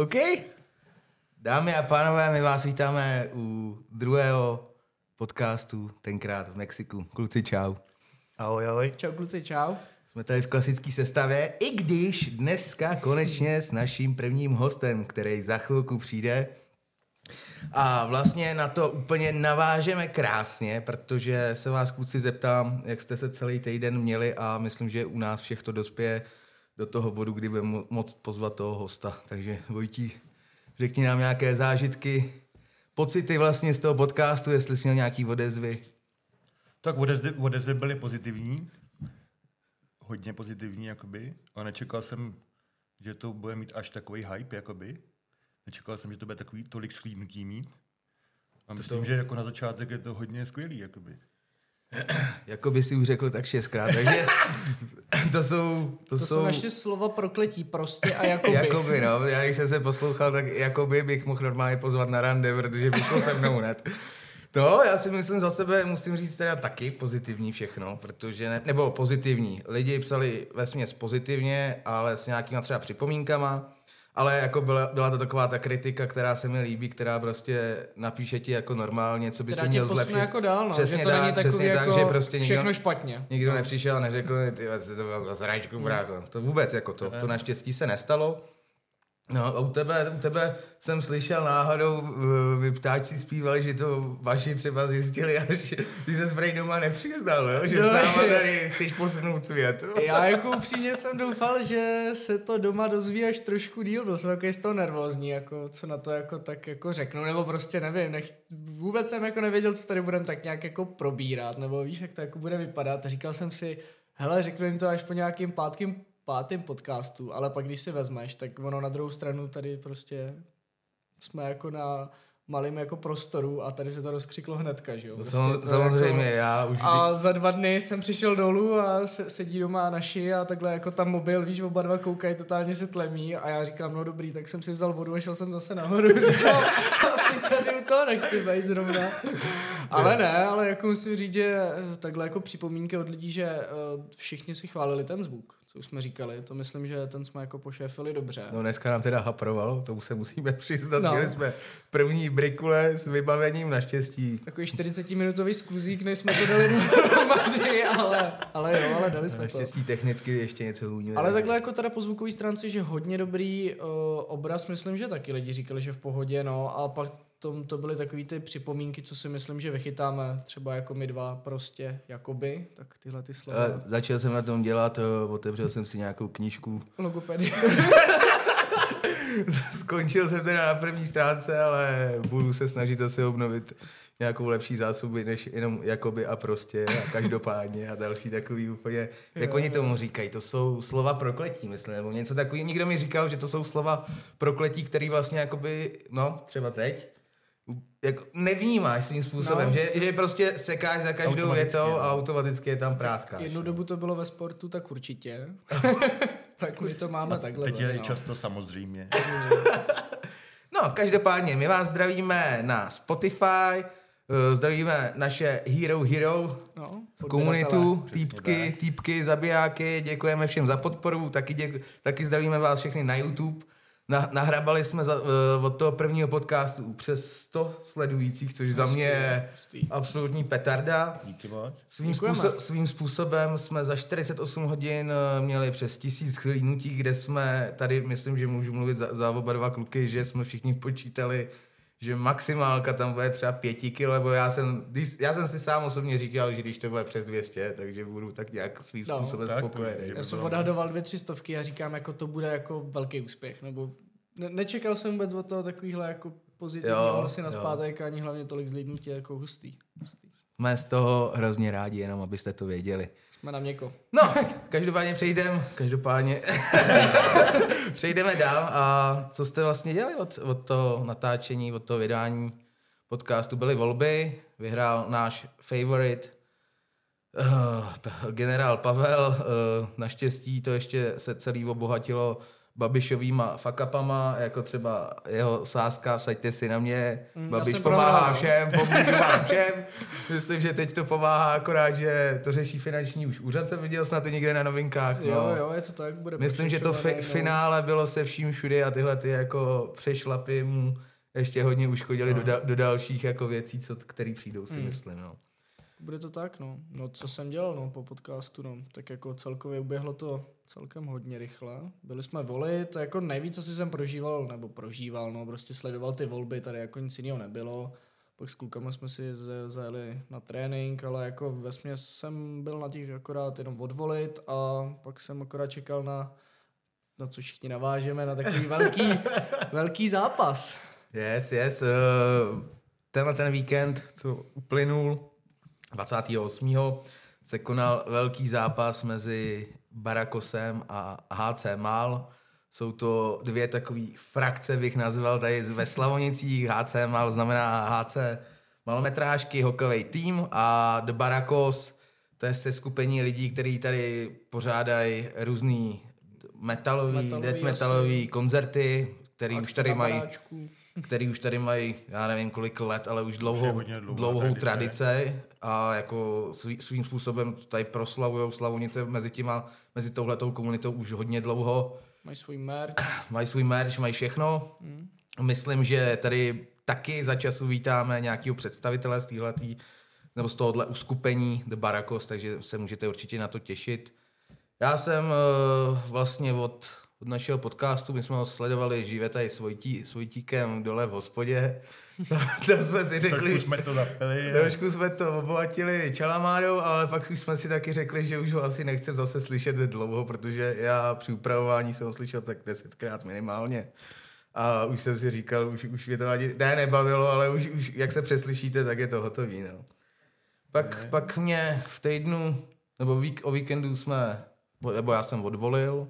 OK. Dámy a pánové, my vás vítáme u druhého podcastu, tenkrát v Mexiku. Kluci, čau. Ahoj, ahoj. Čau kluci, čau. Jsme tady v klasické sestavě, i když dneska konečně s naším prvním hostem, který za chvilku přijde. A vlastně na to úplně navážeme krásně, protože se vás kluci zeptám, jak jste se celý týden měli a myslím, že u nás všech to dospěje do toho bodu, kdy budeme moct pozvat toho hosta. Takže Vojtí, řekni nám nějaké zážitky, pocity vlastně z toho podcastu, jestli jsi měl nějaký odezvy. Tak odezvy byly pozitivní, hodně pozitivní, jakoby. A nečekal jsem, že to bude mít až takový hype, jakoby. Nečekal jsem, že to bude takový tolik slímnutí mít. A myslím, že jako na začátek je to hodně skvělý, jakoby. Jakoby si už řekl tak 6krát, takže to jsou naše slova prokletí prostě a jakoby. Jakoby, no. Já když jsem se poslouchal, tak jakoby bych mohl normálně pozvat na rande, protože by šlo se mnou hned. No, já si myslím za sebe, musím říct teda taky pozitivní všechno, protože nebo pozitivní. Lidi psali vesměs pozitivně, ale s nějakýma třeba připomínkama, ale jako byla to taková ta kritika, která se mi líbí, která prostě napíše ti jako normálně, co by si měl zlepšit. Jako dál, no. Přesně že to tak, není takový jako že prostě všechno špatně. Nikdo nepřišel a neřekl, ty to byla za zračku, brácho. To vůbec jako to naštěstí se nestalo. No a u tebe jsem slyšel náhodou, vy ptáčci zpívali, že to vaši třeba zjistili, až ty se zbrej doma nepřiznal, jo? Že s náma tady chceš posunout svět. Já jako upřímně jsem doufal, že se to doma dozví až trošku díl, byl jsem takový z toho nervózní, jako, co na to jako tak jako řeknu, nebo prostě nevím, vůbec jsem jako nevěděl, co tady budeme tak nějak jako probírat, nebo víš, jak to jako bude vypadat a říkal jsem si, hele, řeknu jim to až po nějakým pátým podcastu, ale pak když si vezmeš, tak ono na druhou stranu tady prostě jsme jako na malým jako prostoru a tady se to rozkřiklo hnedka, že jo? Prostě samozřejmě, jako... já už... A za 2 dny jsem přišel dolů a sedí doma naši a takhle jako tam mobil, víš, oba dva koukají, totálně se tlemí a já říkám, no dobrý, tak jsem si vzal vodu a šel jsem zase nahoru, říkám, asi tady u toho nechci být zrovna. Ale jako musím říct, že takhle jako připomínky od lidí, že všichni si chválili ten zvuk, co už jsme říkali, to myslím, že ten jsme jako pošéfili dobře. No dneska nám teda haprovalo, tomu se musíme přiznat, měli jsme první brikule s vybavením naštěstí. Takový 40-minutový skluzík, než jsme to dali dohromady, ale dali jsme to. Naštěstí technicky ještě něco hůně. Ale takhle jako teda po zvukové stránce, že hodně dobrý obraz, myslím, že taky lidi říkali, že v pohodě, no a pak to byly takový ty připomínky, co si myslím, že vychytáme, třeba jako my dva prostě, jakoby, tak tyhle ty slova. Začal jsem na tom dělat, otevřel jsem si nějakou knížku. Logopedii. Skončil jsem teda na první stránce, ale budu se snažit zase obnovit nějakou lepší zásoby, než jenom jakoby a prostě a každopádně a další takový úplně, jak oni tomu říkají, to jsou slova prokletí, myslím, nebo něco takový. Nikdo mi říkal, že to jsou slova prokletí, který vlastně jakoby, no, třeba teď, jako nevnímáš svým způsobem, že prostě sekáš za každou větou a automaticky je tam práskáš. Jednu dobu to bylo ve sportu, tak určitě. Tak my to máme takhle. Teď je často samozřejmě. No, každopádně, my vás zdravíme na Spotify, zdravíme naše Hero, komunitu, týpky, zabijáky, děkujeme všem za podporu, taky zdravíme vás všechny na YouTube. Nahrabali jsme od toho prvního podcastu přes 100 sledujících, což za mě je absolutní petarda. Díky moc. Svým způsobem jsme za 48 hodin měli přes 1000 chlídnutí, kde jsme tady, myslím, že můžu mluvit za oba dva kluky, že jsme všichni počítali, že maximálka tam bude třeba 5 kg, lebo já jsem si sám osobně říkal, že když to bude přes 200, takže budu tak nějak svým způsobem spokojený. Já jsem odhadoval 200 a říkám, jako to bude jako velký úspěch, nebo nečekal jsem vůbec od toho takovýhle jako pozitivního asi na zpátek, ani hlavně tolik zlídnutí, jako hustý. Jsme z toho hrozně rádi, jenom abyste to věděli. Jsme na měko. No, každopádně přejdeme dál. A co jste vlastně dělali od toho natáčení, od toho vydání podcastu? Byly volby, vyhrál náš favorite generál Pavel. Naštěstí to ještě se celý obohatilo Babišovýma fuck-upama, jako třeba jeho sázka, vsaďte si na mě, Babiš jsem pomáhá prohrál. všem, pomáhá všem. Myslím, že teď to pomáhá, akorát, že to řeší finanční už úřad, jsem viděl snad i někde na novinkách. No. Jo, je to tak, bude Myslím, že to prošetřované, finále bylo se vším všude a tyhle ty jako přešlapy mu ještě hodně uškodili do dalších jako věcí, který přijdou, si myslím, no. Bude to tak, no. No, co jsem dělal, no, po podcastu, no. Tak jako celkově uběhlo to celkem hodně rychle. Byli jsme volit, to jako nejvíc asi jsem prožíval, no, prostě sledoval ty volby, tady jako nic jiného nebylo. Pak s klukama jsme si zajeli na trénink, ale jako vesměs jsem byl na těch akorát jenom odvolit a pak jsem akorát čekal na co všichni navážeme, na takový velký zápas. Yes. Tenhle ten víkend, co uplynul, 28. se konal velký zápas mezi Barakosem a HC Mal. Jsou to dvě takové frakce, bych nazval tady ve Slavonicích. HC Mal znamená HC Malometrážky, hokejový tým a The Barakos, to je seskupení lidí, kteří tady pořádají různý death metalový koncerty, který už tady mají, já nevím kolik let, ale už dlouhou tradici a jako svým způsobem tady proslavujou Slavonice mezi touhletou komunitou už hodně dlouho. Mají svůj merch, mají všechno. Myslím, že tady taky za času vítáme nějakého představitele z téhletý, nebo z tohohle uskupení The Barakos, takže se můžete určitě na to těšit. Já jsem vlastně od našeho podcastu, my jsme ho sledovali živě tady s Vojtíkem dole v hospodě. Tam jsme si řekli, trošku jsme to obohatili čalamádou, ale pak už jsme si taky řekli, že už ho asi nechcem zase slyšet dlouho, protože já při upravování jsem ho slyšel tak 10krát minimálně. A už jsem si říkal, už mě to ani nebavilo, ale už jak se přeslyšíte, tak je to hotový. No. Pak mě v týdnu, nebo o víkendu nebo já jsem odvolil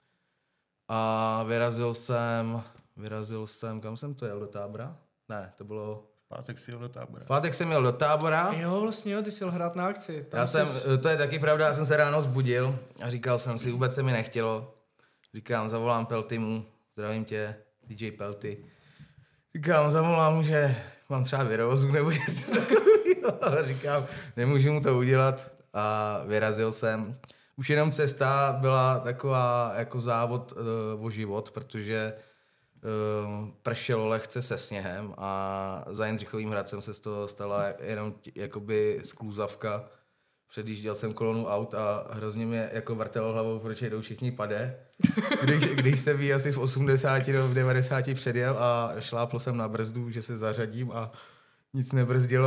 a vyrazil jsem, kam jsem to jel, do Tábora? Ne, to bylo... V pátek jsem jel do Tábora. Jo, vlastně, ty jsi jel hrát na akci. To je taky pravda, já jsem se ráno zbudil a říkal jsem si, vůbec se mi nechtělo. Říkám, zavolám Peltimu, zdravím tě, DJ Pelty. Říkám, zavolám mu, že mám třeba virózu nebo něco takového. Říkám, nemůžu mu to udělat a vyrazil jsem. Už jenom cesta byla taková jako závod o život, protože pršelo lehce se sněhem a za Jindřichovým Hradcem se z toho stala jenom jakoby skluzavka. Předjížděl jsem kolonu aut a hrozně mě jako vrtelo hlavou, protože jdou všichni pade. Když se ví asi v 80 nebo v 90 předjel a šlápl jsem na brzdu, že se zařadím a nic nebrzdilo.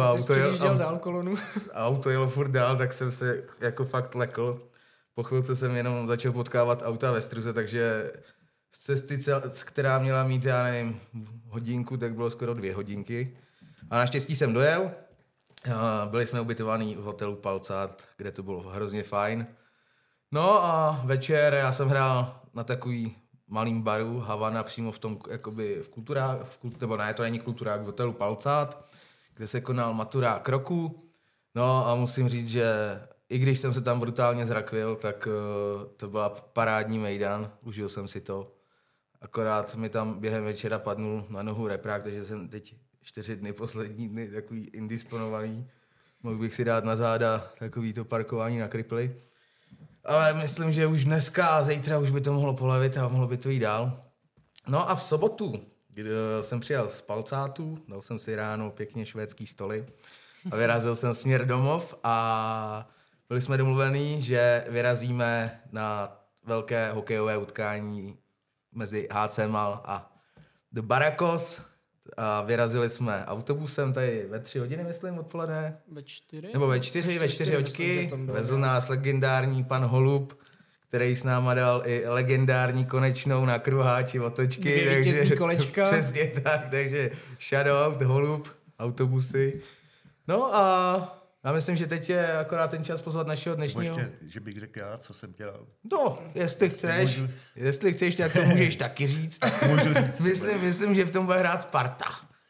Auto jelo furt dál, tak jsem se jako fakt lekl. Po chvilce jsem jenom začal potkávat auta ve struze, takže z cesty, která měla mít, já nevím, hodinku, tak bylo skoro 2 hodinky. A naštěstí jsem dojel. Byli jsme ubytovaní v hotelu Palcát, kde to bylo hrozně fajn. No a večer já jsem hrál na takový malým baru Havana přímo v tom, jakoby v kulturách, nebo ne, to není kulturák, v hotelu Palcát, kde se konal maturák roku. No a musím říct, že i když jsem se tam brutálně zrakvil, tak to byla parádní mejdan, užil jsem si to. Akorát mi tam během večera padnul na nohu reprák, takže jsem teď 4 dny, poslední dny, takový indisponovaný. Mohl bych si dát na záda takový to parkování na kripli. Ale myslím, že už dneska a zítra už by to mohlo polevit a mohlo by to jít dál. No a v sobotu, kdy jsem přijel z Palcátu, dal jsem si ráno pěkně švédský stoly a vyrazil jsem směr domov a byli jsme domluvení, že vyrazíme na velké hokejové utkání mezi HC Mal a The Barakos. A vyrazili jsme autobusem tady ve 3 hodiny, myslím, odpoledne. Ve 4? Nebo ve 4 hoďky. Vezl nás legendární pan Holub, který s náma dal i legendární konečnou na kruháči otočky. 2 vítězný kolečka. Přesně tak, takže shoutout, Holub, autobusy. No a já myslím, že teď je akorát ten čas pozvat našeho dnešního... Ještě, že bych řekl já, co jsem dělal. No, jestli chceš, tak to můžeš taky říct. Můžu říct. Myslím, že v tom bude hrát Sparta.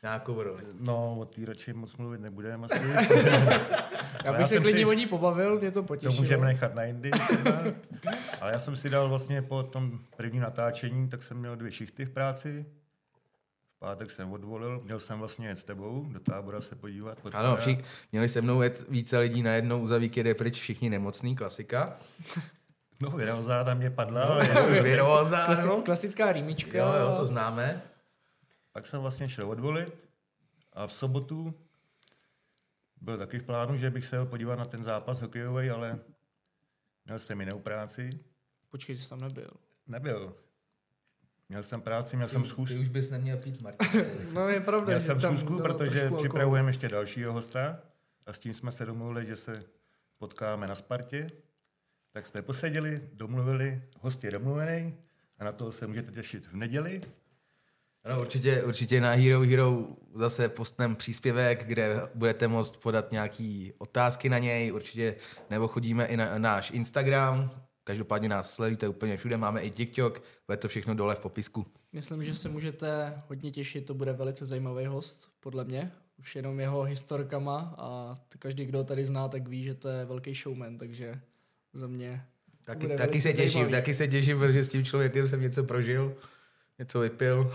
nějakou roli. No, o té radši moc mluvit nebudeme asi. Já bych se klidně o ní pobavil, mě to potěšilo. To můžeme nechat na jindy třeba. Ale já jsem si dal vlastně po tom prvním natáčení, tak jsem měl 2 šichty v práci. V pátek jsem odvolil, měl jsem vlastně jet s tebou do Tábora se podívat. Ano, měli se mnou jet více lidí najednou, Uzavík jede pryč, všichni nemocný, klasika. No, Viróza tam mě padla. Viróza, no. Klasická rýmička. Jo, to známe. Pak jsem vlastně šel odvolit a v sobotu byl taky v plánu, že bych se jel podívat na ten zápas hokejový, ale měl jsem jinou práci. Počkej, jsi tam nebyl. Nebyl. Měl jsem práci, měl jsem schůzku. Ty už bys neměl pít, Martin. No je pravda, Měl že jsem tam schůzku, bylo protože trošku připravujeme ještě dalšího hosta a s tím jsme se domluvili, že se potkáme na Spartě. Tak jsme poseděli, domluvili, host je domluvený a na toho se můžete těšit v neděli. Ano, určitě na Hero zase postneme příspěvek, kde budete moct podat nějaký otázky na něj, určitě, nebo chodíme i na náš Instagram, každopádně nás sledujte úplně všude, máme i TikTok, bude to všechno dole v popisku. Myslím, že se můžete hodně těšit, to bude velice zajímavý host, podle mě. Už jenom jeho historkama a každý, kdo ho tady zná, tak ví, že to je velký showman, takže za mě Taky se těším, protože s tím člověkem jsem něco prožil, něco vypil.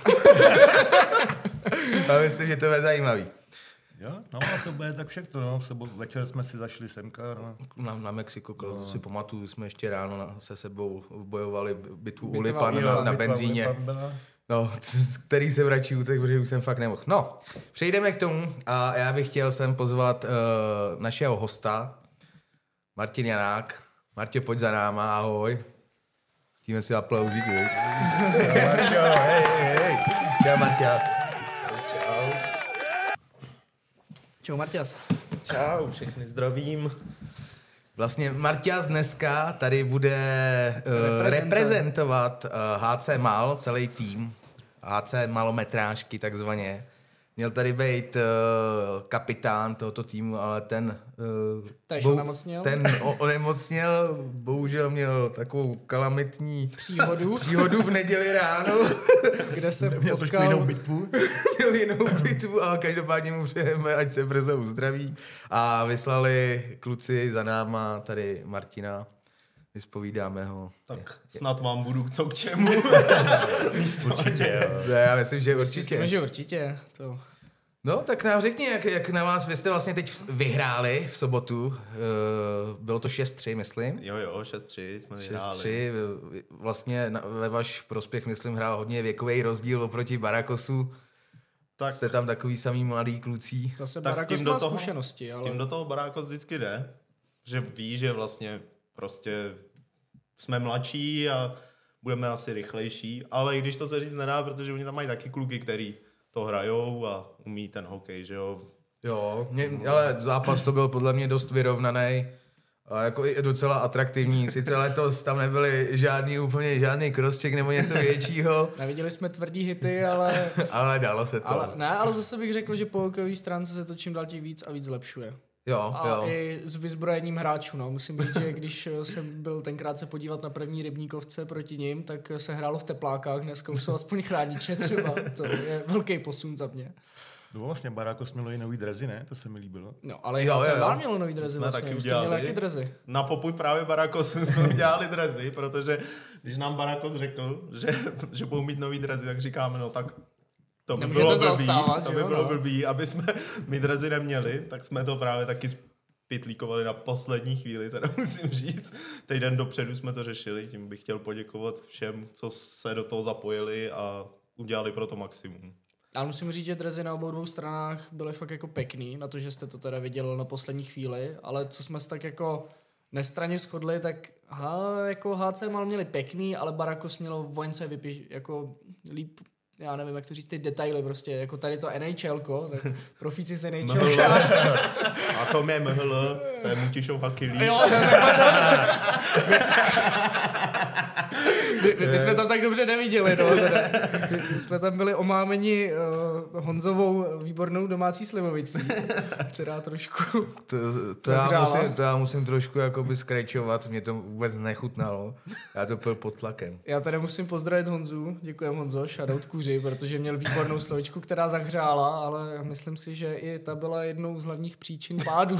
A myslím, že to bude zajímavý. Jo, no a to bude tak všechno, no. Večer jsme si zašli semka, no. Na Mexiko, no. Si pamatuju, jsme ještě ráno se sebou bojovali bitvu u Bitva Lipan na benzíně. No, z který jsem radši utek, protože už jsem fakt nemohl. No, přejdeme k tomu a já bych chtěl sem pozvat našeho hosta, Martin Janák. Martě, pojď za náma, ahoj. Stíme si aplauzík, viď? Marťo, hej. Čau, Marťas. Čau. Čau, Marťas. Čau, všechny zdravím. Vlastně Marťas dneska tady bude reprezentovat HC Mal, celý tým. HC Malometrážky takzvaně. Měl tady být kapitán tohoto týmu, ale ten onemocněl, bohužel měl takovou kalamitní příhodu v neděli ráno. Kde se měl potkal... jinou bitvu. Měl jinou bitvu, ale každopádně mu přejeme, ať se brzo uzdraví. A vyslali kluci za náma tady Martina. Vyspovídáme ho. Tak snad vám budu co k čemu. Určitě, jo. Já myslím, že určitě. Myslím, že určitě. To... No, tak nám řekni, jak na vás, vy jste vlastně teď vyhráli v sobotu, bylo to 6-3, myslím. Jo, 6-3 jsme vyhráli. 6-3, vlastně ve váš prospěch, myslím, hrál hodně věkový rozdíl oproti Barakosu. Tak jste tam takový samý mladý kluci. Zase tak Barakos má zkušenosti. S tím do toho Barakos vždycky jde, že ví, že vlastně prostě jsme mladší a budeme asi rychlejší, ale i když to se říct nedá, protože oni tam mají taky kluky, který to hrajou a umí ten hokej, že jo. Jo, ale zápas to byl podle mě dost vyrovnaný a jako i docela atraktivní. Sice letos tam nebyly žádný crosscheck nebo něco většího. Neviděli jsme tvrdý hity, ale... ale dalo se to. Ale zase bych řekl, že po hokejové stránce se to čím dál tím víc a víc zlepšuje. Jo. I s vyzbrojením hráčů, no. Musím říct, že když jsem byl tenkrát se podívat na první Rybníkovce proti nim, tak se hrálo v teplákách, dneska už jsou aspoň chrániče třeba. To je velký posun za mě. No vlastně Barakos měl i nový drezy, ne? To se mi líbilo. No, ale jo. Mělo nový drezy vlastně. Taky jste měli jaký drezy? Na popud právě Barakosu jsme dělali drezy, protože když nám Barakos řekl, že budou mít nový drezy, tak říkáme, no tak to by bylo blbý, aby jsme my drezy neměli, tak jsme to právě taky spitlíkovali na poslední chvíli, teda musím říct. Týden dopředu jsme to řešili, tím bych chtěl poděkovat všem, co se do toho zapojili a udělali pro to maximum. Ale musím říct, že drezy na obou dvou stranách byly fakt jako pěkný, na to, že jste to teda viděl na poslední chvíli, ale co jsme se tak jako nestranně shodli, tak jako HC Mal měli pěkný, ale Barakos mělo vojence jako líp, já nevím, jak to říct, ty detaily prostě, jako tady to NHLko, tak profíci z NHL. A to mě MHL, to je Mutišov Hakilí. Jo, My jsme tam tak dobře neviděli, no. My jsme tam byli omámeni Honzovou výbornou domácí slivovicí, která trošku to já musím trošku jakoby skrečovat, mě to vůbec nechutnalo. Já to pil pod tlakem. Já tady musím pozdravit Honzu, děkujem Honzo, shoutout kůři, protože měl výbornou slovičku, která zahřála, ale myslím si, že i ta byla jednou z hlavních příčin pádu.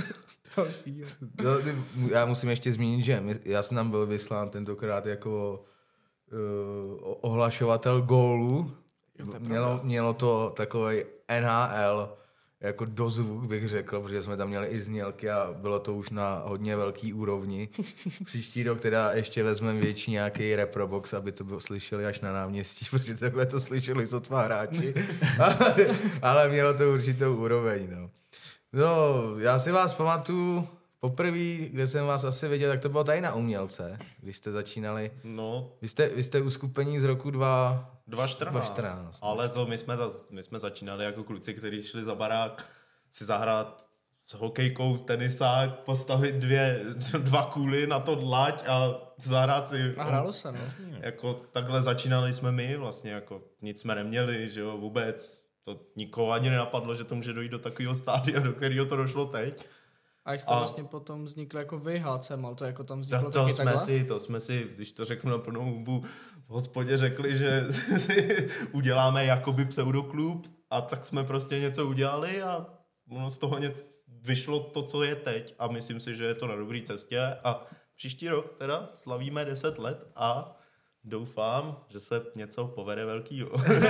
Já musím ještě zmínit, že já jsem tam byl vyslán tentokrát jako ohlašovatel gólu. Mělo to takovej NHL jako dozvuk, bych řekl, protože jsme tam měli i znělky a bylo to už na hodně velký úrovni. Příští rok teda ještě vezmeme větší nějaký reprobox, aby to slyšeli až na náměstí, protože takhle to slyšeli sotva hráči. ale mělo to určitou úroveň, no. No, já si vás pamatuju, poprvé, kde jsem vás asi viděl, tak to bylo tady na Umělce, když jste začínali. No. Vy jste uskupení z roku 2014. Ale to my jsme začínali jako kluci, kteří šli za barák si zahrát s hokejkou, tenisák, postavit dva kůly na to dlať a zahrát si. A hrálo se, no. Jako takhle začínali jsme my, vlastně jako nic jsme neměli, že jo, vůbec. To nikoho ani nenapadlo, že to může dojít do takového stádia, do kterého to došlo teď. A jak jste vlastně potom vznikli jako vy, HCMAL, to jako tam vzniklo taky to jsme si, když to řeknu na plnou hubu, v hospodě řekli, že uděláme jakoby pseudoklub a tak jsme prostě něco udělali a z toho vyšlo to, co je teď a myslím si, že je to na dobré cestě a příští rok teda slavíme 10 let a doufám, že se něco povede velkýho.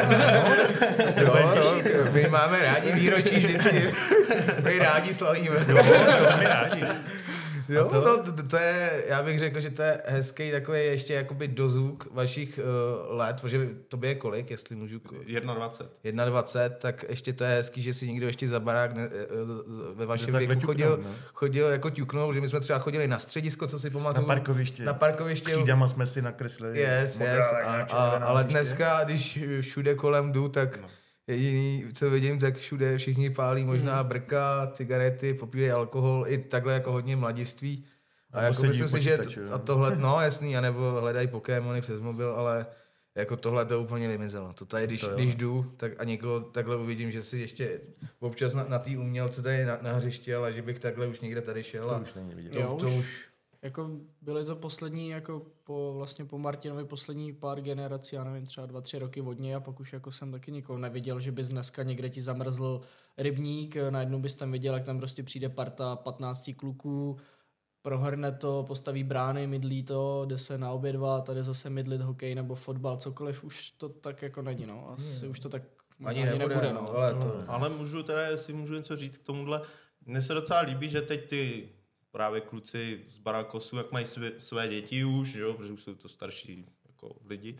My máme rádi výročí vždycky. My rádi slavíme. My rádi. Jo, to je, já bych řekl, že to je hezký takový ještě jakoby dozvuk vašich let, protože to by je kolik, jestli můžu? 21, tak ještě to je hezký, že si někdo ještě za barák ve vašem věku chodil jako ťuknout, že my jsme třeba chodili na středisko, co si pamatuju. Na parkoviště. Křídama jsme si nakreslili. Yes. Ale dneska, když všude kolem jdu, tak jediný, co vidím, tak všude všichni pálí možná brka, cigarety, popíjejí alkohol, i takhle jako hodně mladiství. A jako myslím si, že a tohle, no jasný, anebo hledají Pokémony přes mobil, ale jako tohle to úplně vymizelo. To tady, když jdu, tak a někoho takhle uvidím, že si ještě občas na té Umělce tady na hřišti, ale že bych takhle už někde tady šel. To už není vidět. To už jako byly to poslední, jako po Martinovi poslední pár generací, já nevím, třeba 2-3 roky od něj a pak už jako jsem taky nikoho neviděl, že bys dneska někde ti zamrzl rybník, najednou bys tam viděl, jak tam prostě přijde parta 15 kluků, prohrne to, postaví brány, mydlí to, jde se naobědvat, tady zase mydlit hokej nebo fotbal, cokoliv, už to tak jako není, no. Asi už to tak ani nebude, no. Ale jestli můžu něco říct k tomuhle, mně se docela líbí, že teď ty právě kluci z Barákosu, jak mají své děti už, jo, protože už jsou to starší jako lidi,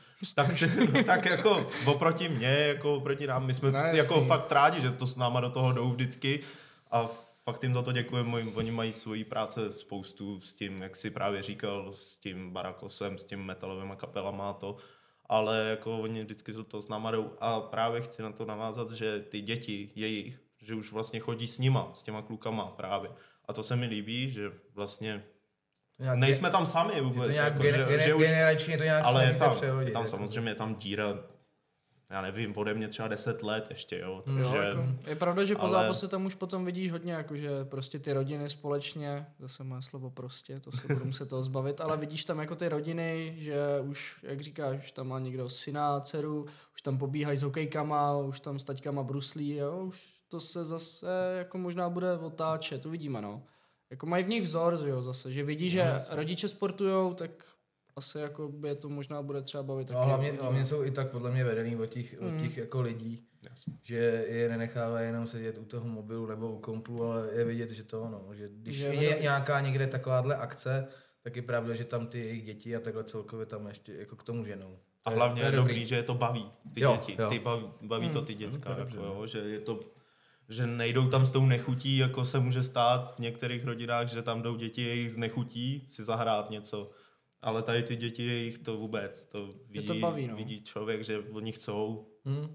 tak jako oproti mně, jako oproti nám, my jsme jako fakt rádi, že to s náma do toho jdou vždycky a fakt jim za to děkujeme, oni mají svoji práce spoustu s tím, jak si právě říkal, s tím Barákosem, s tím metalovými kapelama a to, ale jako oni vždycky to s náma jdou a právě chci na to navázat, že ty děti jejich, že už vlastně chodí s nima, s těma klukama právě. A to se mi líbí, že vlastně nejsme tam sami vůbec. Generačně to nějak ale tam samozřejmě je tam díra, já nevím, ode mě třeba 10 let ještě, jo. Takže, jako, je pravda, že po zápase tam už potom vidíš hodně, jakože prostě ty rodiny společně, zase má slovo prostě, to se budu muset toho zbavit, ale vidíš tam jako ty rodiny, že už, jak říkáš, už tam má někdo syna, dceru, už tam pobíhají s hokejkama, už tam s taťkama bruslí, jo, už to se zase jako možná bude otáčet, uvidíme, no. Jako mají v nich vzor, jo, zase, že vidí, že rodiče sportujou, tak asi jako by to možná bude třeba bavit. No, hlavně jsou i tak podle mě vedený od těch jako lidí, že je nenechávají jenom sedět u toho mobilu nebo u kompu, ale je vidět, že to ono, že když je nějaká někde takováhle akce, tak je pravda, že tam ty jejich děti a takhle celkově tam ještě jako k tomu ženou. A hlavně je dobrý, že je to baví ty děti, baví to ty děcka, jako, jo, že je to, že nejdou tam s tou nechutí, jako se může stát v některých rodinách, že tam jdou děti jejich z nechutí si zahrát něco. Ale tady ty děti jejich to vůbec, to vidí člověk, že oni chcou.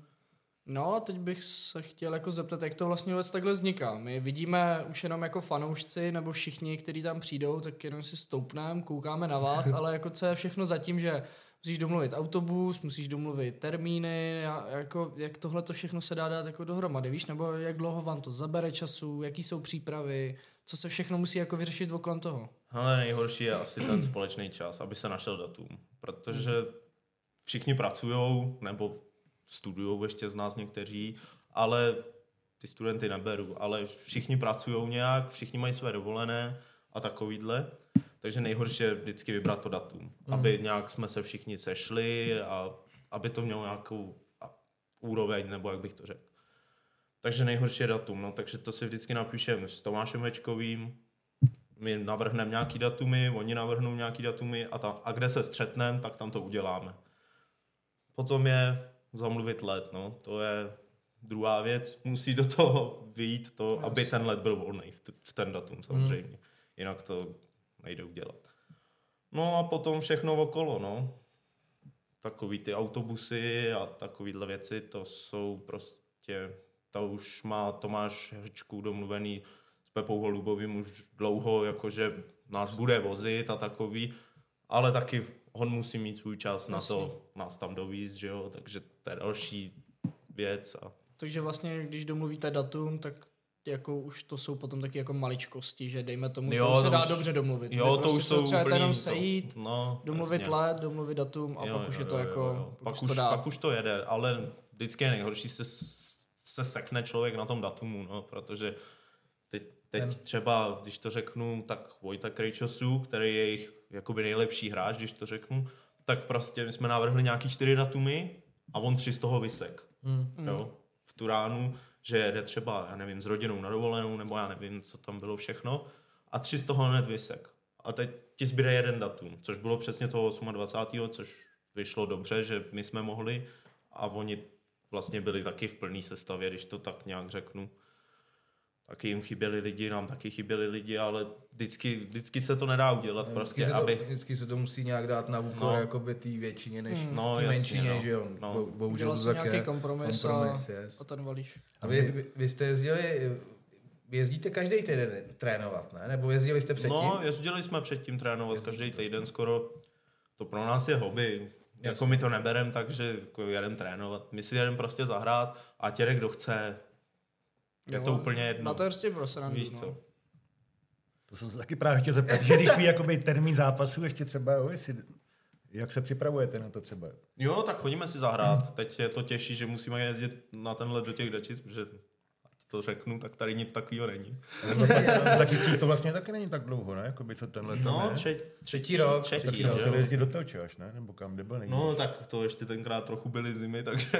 No a teď bych se chtěl jako zeptat, jak to vlastně vůbec takhle vzniká. My vidíme už jenom jako fanoušci nebo všichni, kteří tam přijdou, tak jenom si stoupneme, koukáme na vás, ale jako co je všechno zatím, že musíš domluvit autobus, musíš domluvit termíny, jako, jak tohle to všechno se dá dát jako dohromady, víš, nebo jak dlouho vám to zabere času, jaký jsou přípravy, co se všechno musí jako vyřešit okolo toho. Ale nejhorší je asi ten společný čas, aby se našel datum, protože všichni pracujou, nebo studujou ještě z nás někteří, ale ty studenty neberu, ale všichni pracujou nějak, všichni mají své dovolené a takovýhle. Takže nejhorší je vždycky vybrat to datum, aby nějak jsme se všichni sešli a aby to mělo nějakou úroveň, nebo jak bych to řekl. Takže nejhorší je datum, no, takže to si vždycky napíšeme s Tomášem Hečkovým, my navrhneme nějaký datumy, oni navrhnou nějaký datumy a kde se střetneme, tak tam to uděláme. Potom je zamluvit let, no, to je druhá věc, musí do toho vyjít to, aby ten let byl volný v ten datum samozřejmě, jinak to nejde udělat. No a potom všechno okolo, no. Takový ty autobusy a takovýhle věci, to jsou prostě, to už má Tomáš Hečku domluvený s Pepou Holubovým už dlouho, jakože nás bude vozit a takový, ale taky on musí mít svůj čas na to, nás tam dovízt, že jo, takže to je další věc. Takže vlastně, když domluvíte datum, tak jako už to jsou potom taky jako maličkosti, že dejme tomu, to se dá dobře domluvit. Jo, to už jsou třeba úplně jenom sejít, domluvit jasně. let, domluvit datum a pak už je to jako... Pak už to jede, ale vždycky je nejhorší se sekne člověk na tom datumu, no, protože teď třeba, když to řeknu, tak Vojta Krejčosu, který je jejich jakoby nejlepší hráč, když to řeknu, tak prostě my jsme navrhli nějaký 4 datumy a on 3 z toho vysek. Jo, v tu ránu, že jede třeba, já nevím, s rodinou na dovolenou, nebo já nevím, co tam bylo všechno, a 3 z toho hned vysek. A teď ti zbyde jeden datum, což bylo přesně toho 28., což vyšlo dobře, že my jsme mohli a oni vlastně byli taky v plný sestavě, když to tak nějak řeknu. Taky jim chyběli lidi, nám taky chyběli lidi, ale vždycky se to nedá udělat. Prostě, vždycky se to musí nějak dát na úkor jakoby tý většině než tý menšině, no. že jo. No. Bohužel to tak nějaký je. Kompromis yes. A ten valíš. A vy jste jezdíte každý týden trénovat, ne? Nebo jezdili jste předtím? No, jezdili jsme předtím trénovat každý týden skoro. To pro nás je hobby. Jako my to neberem, takže jako jedem trénovat. My si jedem prostě zahrát a těre kdo chce. Je to úplně jedno. No to je prostě pro srandu. Víš co? To jsem se taky právě chtěl zeptat, že když ví jakoby termín zápasu, ještě třeba, jak se připravujete na to třeba? Jo, tak chodíme si zahrát. Teď je to těžší, že musíme jezdit na ten let do těch Dečic, protože to řeknu, tak tady nic takového není. Taky to vlastně taky není tak dlouho, ne? Jakoby co tenhle No, třetí rok. Třetí rok. Museli jezdit do Telče až, ne? Nebo kam, kde byl nejvíc? No, tak to ještě tenkrát trochu byly zimy, takže...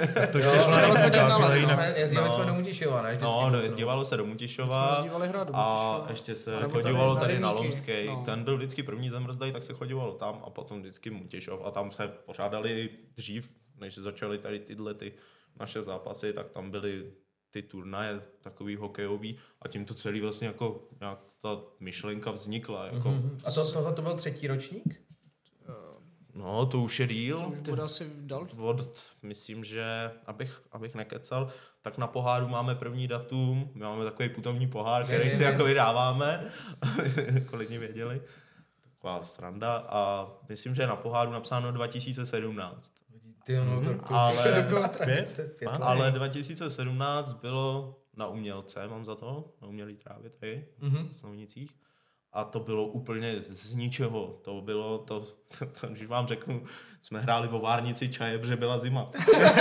Jezdili jsme do Mutišova, ne? No, jezdívalo se do Mutišova a ještě se chodívalo tady na Lomskej. No. Ten byl vždycky první Zemrzdaj, tak se chodívalo tam a potom vždycky Mutišov. A tam se pořádali dřív, než začaly tady tyhle ty naše zápasy, tak tam byly ty turnaje takový hokejový a tím to celý vlastně jako nějak ta myšlenka vznikla. Jako. A tohle to byl 3. ročník? No, to už je díl. To už bude asi dál. Myslím, že, abych nekecal, tak na poháru máme první datum, my máme takový putovní pohár, který si jako vydáváme, jako lidi věděli. Taková sranda a myslím, že je na poháru napsáno 2017. Ale 2017 bylo na umělce, mám za to, na umělý trávě tady, v Snovnicích. A to bylo úplně z ničeho. To bylo to, když vám řeknu, jsme hráli v Várnici čaje, protože byla zima.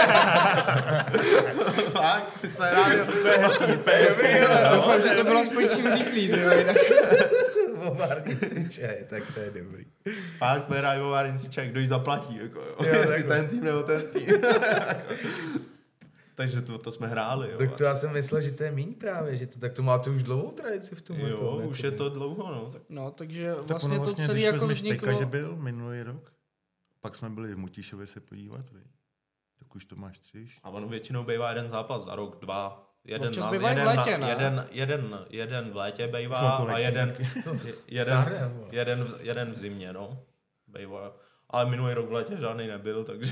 Fakt, ty se hráli, to je hezký. Doufám, že to bylo aspoň čím řízlý, v Várnici čaje, tak to je dobrý. Fakt jsme hráli v Várnici čaje, kdo ji zaplatí, jako, jestli ten tým nebo ten tým. Takže to jsme hráli. Jo. Tak to já jsem myslel, že to je míň právě, že to, tak to máte už dlouhou tradici v tomhle. Jo, už je to dlouho, no. Tak. No, takže vlastně to celé jako vzniklo... že byl minulý rok, pak jsme byli v Mutišově se podívat, tak už to máš 3. A ono většinou bývá jeden zápas za rok, 2. Jeden v létě bývá a jeden v zimě, no. Bývá. Ale minulý rok v létě žádný nebyl, takže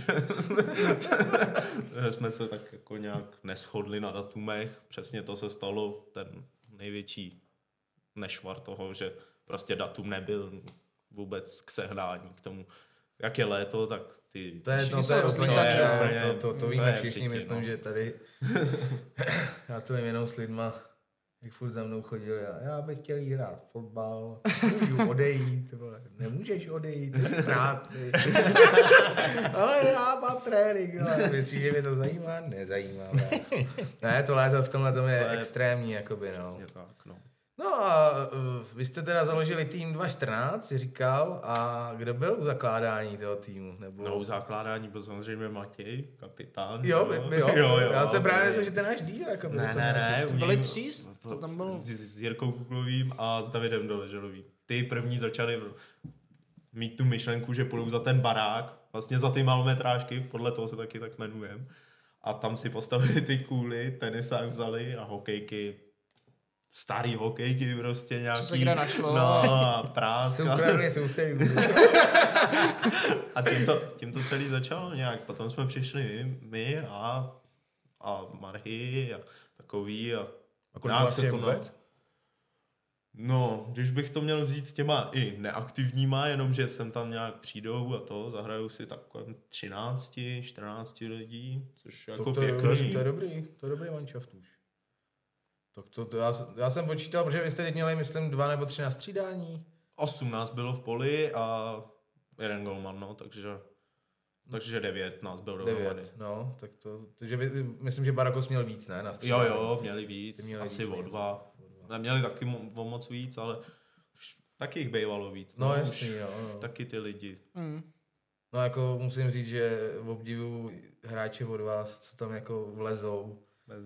jsme se tak jako nějak neshodli na datumech. Přesně to se stalo, ten největší nešvar toho, že prostě datum nebyl vůbec k sehnání, k tomu jak je léto, tak ty... To je to víme všichni, myslím, že tady... Já to vím jenom s lidma, jak furt za mnou chodili a já bych chtěl jít hrát fotbal, můžu odejít, nemůžeš odejít, jsi v práci. Ale já mám trénink, ale myslíš, že mě to zajímá? Nezajímá. Ne, to léto v tomhle tom je extrémní, jakoby, no. Tak, no. No a vy jste teda založili tým 2014, si říkal, a kdo byl u zakládání toho týmu? Nebo... No u zakládání byl samozřejmě Matěj, kapitán. Jo. Já jsem právě myslel, že ten náš díl. Jako ne. To byli 3, to tam bylo. S Jirkou Kuklovým a s Davidem Doleželovým. Ty první začali mít tu myšlenku, že půjdou za ten barák, vlastně za ty malometrážky, podle toho se taky tak jmenujeme. A tam si postavili ty kůly, tenisák vzali a hokejky. Starý hokejky prostě nějaký. Co se kde našlo. No a práska. A tím to celý začalo nějak. Potom jsme přišli my a Marhy a takový a nějak se to No, když bych to měl vzít s těma i neaktivníma, jenomže sem tam nějak přijdou a to, zahrajou si takovým 13, 14 lidí, což jako pěkný. To je dobrý manšaft už. Tak já jsem počítal, protože vy jste teď měli, myslím, 2 nebo 3 na střídání. 18 bylo v poli a 1 golman, no, takže 9 nás bylo dohromady. 9, no, takže myslím, že Barakos měl víc, ne, na střídání. Jo, měli víc, asi víc, o 2. Neměli taky o moc víc, ale taky jich bývalo víc. No jasný, jo. Taky ty lidi. No jako musím říct, že obdivuju hráče od vás, co tam jako vlezou.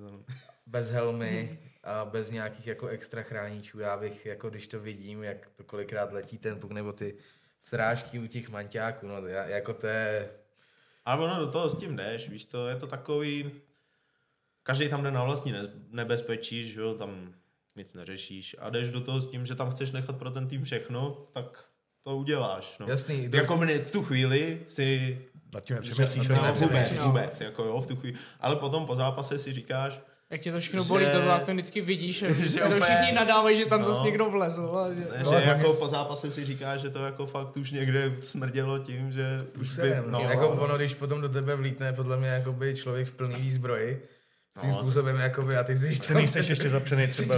Bez helmy a bez nějakých jako extra chráničů. Já bych, jako když to vidím, jak to kolikrát letí ten puk, nebo ty srážky u těch manťáků, no jako to je... Ale ono do toho s tím jdeš, víš to, je to takový... Každý tam jde na vlastní nebezpečí, že jo, tam nic neřešíš a jdeš do toho s tím, že tam chceš nechat pro ten tým všechno, tak to uděláš, no. Jasný. Jako v tu chvíli si... Na tím nepřemýšlíš. Vůbec, jako jo, v tu chvíli. Ale potom po zápase si říkáš, jak tě to všechno bolí, to vás to vždycky vidíš, že to všichni nadávají, že tam zase někdo vlezl. A že jako po zápase si říkáš, že to jako fakt už někde smrdělo tím, že už by... Jako ono, když potom do tebe vlítne, podle mě jakoby člověk v plný výzbroji, tím způsobem, jakoby, a ty jsi tam... Jsi ještě zapřenej třeba,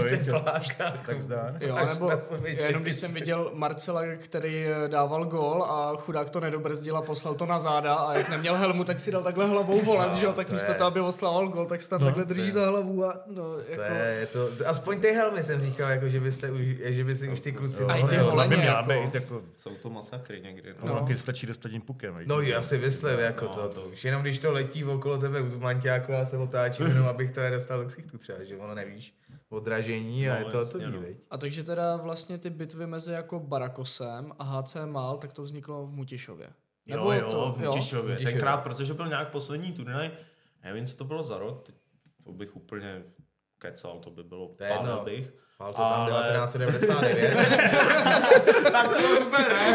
tak zdá. Jo, nebo jenom když jsem viděl Marcela, který dával gól a chudák to nedobrzdil a poslal to na záda a jak neměl helmu, tak si dal takhle hlavou volet, že jo, tak místo toho, aby oslával gól, tak se tam takhle drží za hlavu a no, jako... Aspoň ty helmy jsem říkal, jako, že by si už ty kluci... A i ty holeně, jako... Jsou to masakry někdy, no. Taky stačí dostat tím pukem. No já si myslím, jako to už jenom když to letí okolo tebe u manťáku, já se otáčím, jenom abych to nedostal do ksichtu třeba, že ono nevíš, odražení a je to dívej. A takže teda vlastně ty bitvy mezi jako Barakosem a HC Mal, tak to vzniklo v Mutišově. Jo, v Mutišově. Tenkrát, protože byl nějak poslední turnaj, nevím, co to bylo za rok, to bych úplně kecal, to by bylo pálil bych. Pál to tam 1999. Tak to bylo super, ne?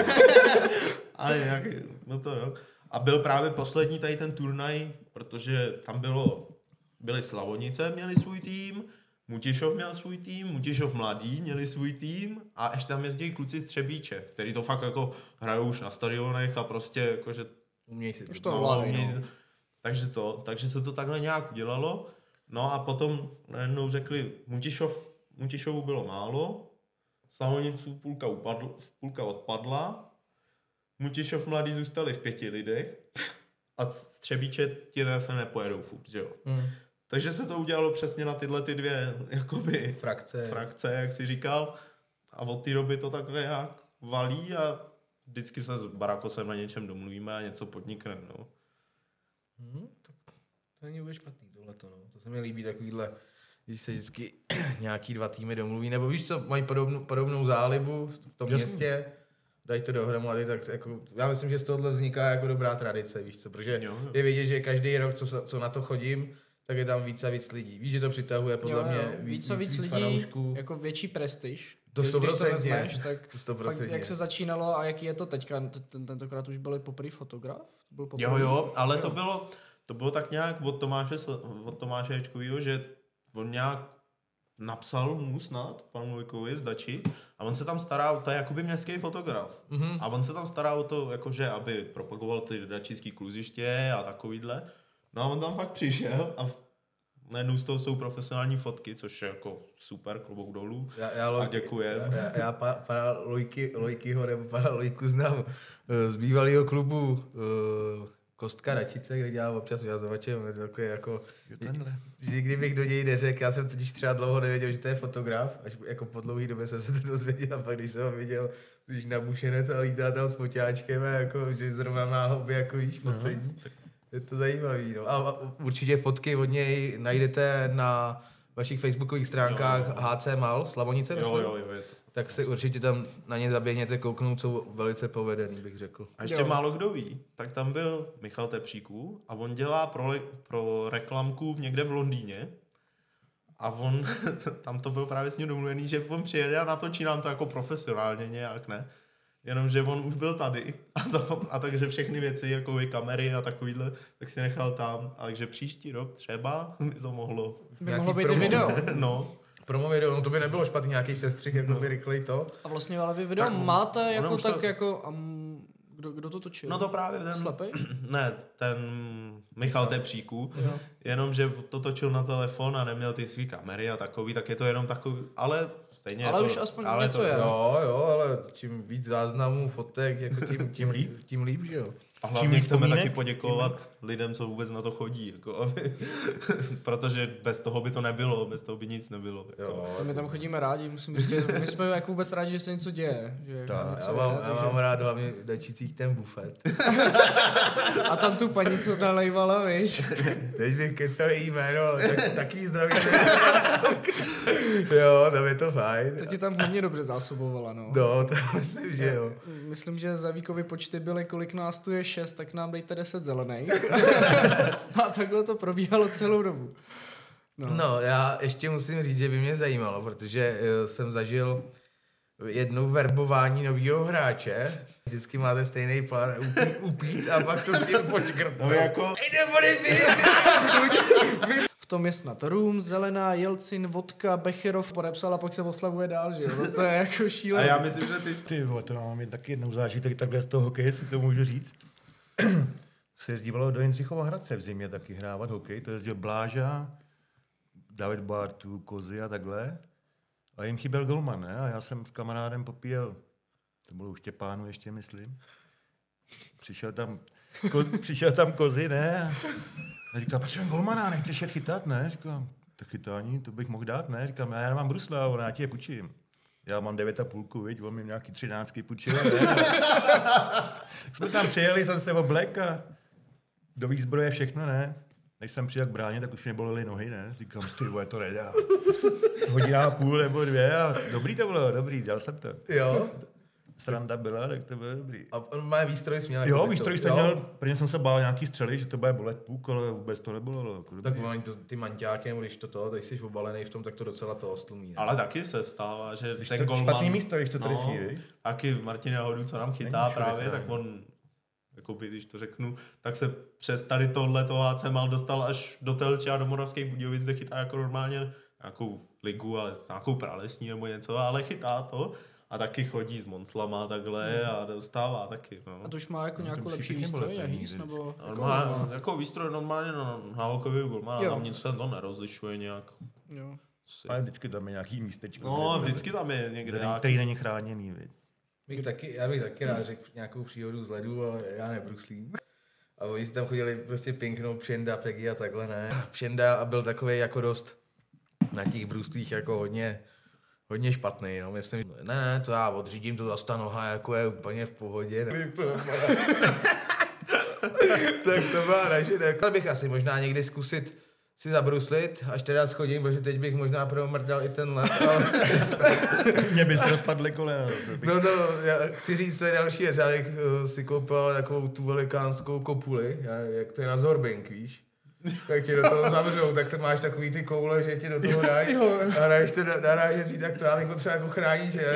Ale nějaký, no to rok. A byl právě poslední tady ten turnaj, protože tam byly Slavonice, měli svůj tým, Mutišov měl svůj tým, Mutišov mladí měli svůj tým a ještě tam jezdí kluci z Třebíče, který to fakt jako hrajou už na stadionech a prostě jakože... Umějí si to. Vládej, no. Takže se to takhle nějak udělalo. No a potom najednou řekli, Mutišovu bylo málo, Slavoniců půlka odpadla, Mutišov mladí zůstali v 5 lidech a z Třebíče ti se nepojedou furt, že jo. Takže se to udělalo přesně na tyhle ty 2 jakoby frakce, jak jsi říkal. A od té doby to takhle nějak valí a vždycky se s Barakosem na něčem domluvíme a něco podnikneme, no. Tak to není vůbec špatný tohleto, no. To se mi líbí takovýhle, když se vždycky nějaký 2 týmy domluví, nebo víš co, mají podobnou zálibu v tom městě, dají to dohromady, tak jako, já myslím, že z tohohle vzniká jako dobrá tradice, víš co, protože je vidět, že každý rok, co na to chodím, tak je tam víc a víc lidí. Víš, že to přitahuje podle mě víc lidí, fanoušků. Jako větší prestiž. To 100%. Když to vezmeš, tak 100%. Fakt, jak se začínalo a jaký je to teďka, tentokrát už byl poprvé fotograf? Jo, ale to bylo tak nějak od Tomáše Ječkovýho, že on nějak napsal mu snad, panu Lojkovi z Dači, a on se tam stará, to je jakoby městský fotograf. A on se tam stará o to, jakože, aby propagoval ty dačický kluziště a takovýhle. No a on tam fakt přišel a najednou z toho jsou profesionální fotky, což je jako super, klobouk dolů. A děkujem. Já pana Lojkyho nebo pana Lojku znám z bývalého klubu Kostka Račice, kde dělám občas vyhazovačem. Je to takový jako... Vždy, kdybych do něj neřekl, já jsem totiž třeba dlouho nevěděl, že to je fotograf, až jako po dlouhý době jsem se to dozvěděl a pak když jsem ho viděl, když nabušenec a lítá tam s foťáčkem a jako, že zrovna má hobby jako víš focení. Je to zajímavý, no. A určitě fotky od něj najdete na vašich facebookových stránkách HC Mal, Slavonice, myslím? Jo, je to. Tak si určitě tam na ně zaběhněte, kouknout, jsou velice povedený, bych řekl. A ještě málo kdo ví, tak tam byl Michal Tepříků a on dělá pro reklamku někde v Londýně a on, tam to bylo právě s ním domluvený, že on přijede a natočí nám to jako profesionálně nějak, ne? Jenomže on už byl tady a takže všechny věci, jako i kamery a takovýhle, tak si nechal tam. A takže příští rok třeba by to mohlo být video. No. Promo video, no to by nebylo špatný, nějaký sestřih, jako by rychlej to. A vlastně ale vy video tak máte jako tak to... jako... Kdo to točil? No to právě ten... Slepej? Ne, ten Michal Tepříků. Jenomže to točil na telefon a neměl ty svý kamery a takový, tak je to jenom takový, ale stejně ale to... už aspoň něco je. Jo, ale čím víc záznamů, fotek, jako tím líp, že jo. A hlavně chceme taky poděkovat lidem, co vůbec na to chodí, jako aby, protože bez toho by to nebylo, bez toho by nic nebylo. Jako. Jo, to my tam chodíme rádi, musím říct, že my jsme jako vůbec rádi, že se něco děje. Že já mám rád hlavně v Dačicích ten bufet. A tam tu paní, co nalejvala, víš. Teď bych kecal její jméno, ale taky zdraví. Jo, tam je to fajn. To ti tam hodně dobře zásobovala, no. No, to myslím, že jo. Myslím, že za Víkovi počty byly, kolik nás tu je 6, tak nám dejte 10 zelených. A takhle to probíhalo celou dobu. No, já ještě musím říct, že by mě zajímalo, protože jsem zažil jednou verbování nového hráče. Vždycky máte stejný plán upít a pak to s tím počkrtnout. No jako... V tom je snad Rum, Zelená, Jelcin, Vodka, Becherov podepsal a pak se oslavuje dál, že jo? No to je jako šílené. A já myslím, že ty to mám jen taky jednou zážitek takhle z toho hokeje, si to můžu říct. Se jezdívalo do Jindřichova Hradce v zimě taky hrávat hokej, to jezdil Bláža, David Bartu, Kozy a takhle. A jim chyběl golman, ne? A já jsem s kamarádem popíjel, to bylo u Štěpánu ještě, myslím. Přišel tam Kozy, ne? A říká, potřebujeme golmana, nechceš jet chytat, ne? Říkám, tak chytání, to bych mohl dát, ne? Říkám, já nemám brusle, ale já ti je půjčím. Já mám 9,5, viď? On mi nějaký 13 půjčil, ne? Jsme tam přijeli, jsem se oblek a do výzbroje všechno, ne? Než jsem přijel k bráně, tak už mě bolely nohy, ne? Říkám, ty vole, to nedá. 1,5 hodiny nebo 2 a dobrý to bylo, dobrý, dělal jsem to. Jo. Sranda byla, tak to bylo dobrý. A on má výstroj směl. Jo, výstroj jsem měl, prvně jsem se bál nějaký střely, že to bude bolet půk, ale vůbec to nebylo. Jako tak oni ty manťáky, nebo když teď jsi obalený v tom, tak to docela to ostlumí. Ale taky se stává, že když ten to golman... Špatný místo, když to trefí, taky Martin Jahodu, co nám chytá právě, tak on, jakoby, když to řeknu, tak se přes tady tohleto HC Mal dostal až do Telče a do Moravských Budějovic, kde chytá jako normálně nějakou ligu, ale nějakou pralesní nebo něco, ale chytá to. A taky chodí s Monslama takhle a dostává taky. No. A to už má jako nějakou lepší výstroj, nebo... Jako výstroj normálně na hokejový golmana, tam nic se to nerozlišuje nějak. Jo. Ale vždycky tam je nějaký místečko. No, vždycky tam je někde nějaký. Který není chráněný, Já bych taky rád řekl nějakou příhodu z ledu, ale já nebruslím. A oni si tam chodili prostě pinknou Pšenda, Peggy a takhle, ne. Pšenda a byl takovej jako dost na těch bruslích jako hodně špatný, no, myslím, ne, to já odřídím, to zase ta noha jako je úplně v pohodě. Tak to byla naše, chtěl bych asi možná někdy zkusit si zabruslit, až teda schodím, protože teď bych možná promrdal i ten let, ale... Mě by se rozpadly kolena. No, já chci říct, co je další věc, já bych si koupil takovou tu velikánskou kopuli, jak to je na Zorbing, víš? tak tě do toho zavřou, tak to máš takový ty koule, že tě do toho dají a hraješ to na rážecí, tak to já bych potřeba jako chránit, že?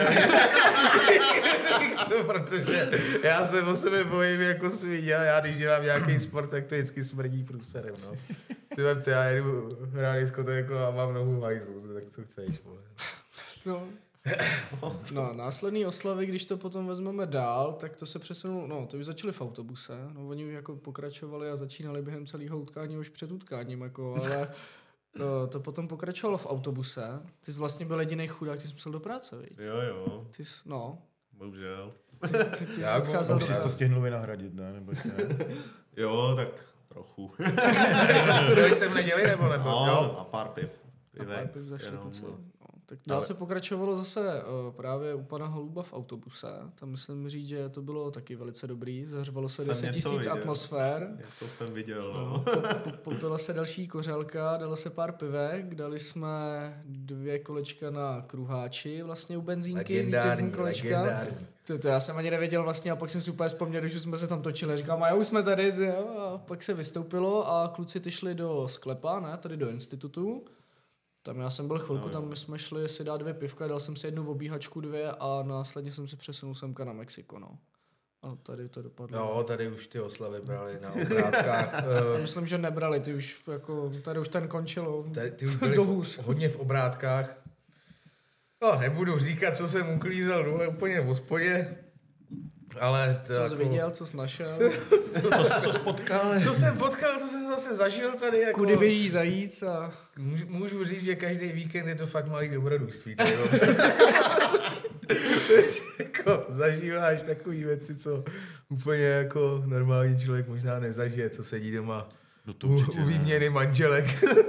Protože já se o sebe bojím jako svině a já když dělám nějaký sport, tak to vždycky smrdí průserem, no. Si vemte, já jedu hrát diskotéku a mám nohu v hajzlu, tak co chceš, vole. No, následný oslavy, když to potom vezmeme dál, tak to se přesunulo, no, to už začali v autobuse, no, oni už jako pokračovali a začínali během celého utkání už před utkáním, jako, ale no, to potom pokračovalo v autobuse, ty jsi vlastně byl jedinej chudák, ty jsi musel do práce, viď? Jo. Ty jsi, no. Bohužel. Ty jsi odcházel do Už jsi to práce. stihnul vynahradit, ne? Nebo ne? Jo, tak trochu. Byli jste v neděli nebo? No, a pár piv. Pár piv za šlepice. Tak dál se pokračovalo zase právě u pana Holuba v autobuse. Tam myslím říct, že to bylo taky velice dobrý. Zahřvalo se 10 000 atmosfér. Něco jsem viděl, no. Popila se další kořelka, dalo se pár pivek, dali jsme 2 kolečka na kruháči, vlastně u benzínky, vítězný kolečka. To já jsem ani nevěděl vlastně a pak jsem si úplně vzpomněl, že jsme se tam točili. Říkám, a už jsme tady, jo. A pak se vystoupilo a kluci ty šli do sklepa, ne, tady do institutu. Tam já jsem byl chvilku, tam my jsme šli si dát 2 pivka, dal jsem si 1 obíhačku, 2 a následně jsem si přesunul semka na Mexiko, no. A tady to dopadlo. No, tady už ty oslavy brali na obrátkách. Myslím, že nebrali, ty už jako, tady už ten končilo. Tady ty už byli hodně v obrátkách. No, nebudu říkat, co jsem uklízel dole úplně v hospodě, ale to co jako... jsi viděl, co jsi našel. Co spotkal? Co jsem potkal, co jsem zase zažil tady jako... Kudy běží zajíc a... Můžu říct, že každý víkend je to fakt malý dobrodružství. Jako zažíváš takový věci, co úplně jako normální člověk možná nezažije, co sedí doma u výměny manželek.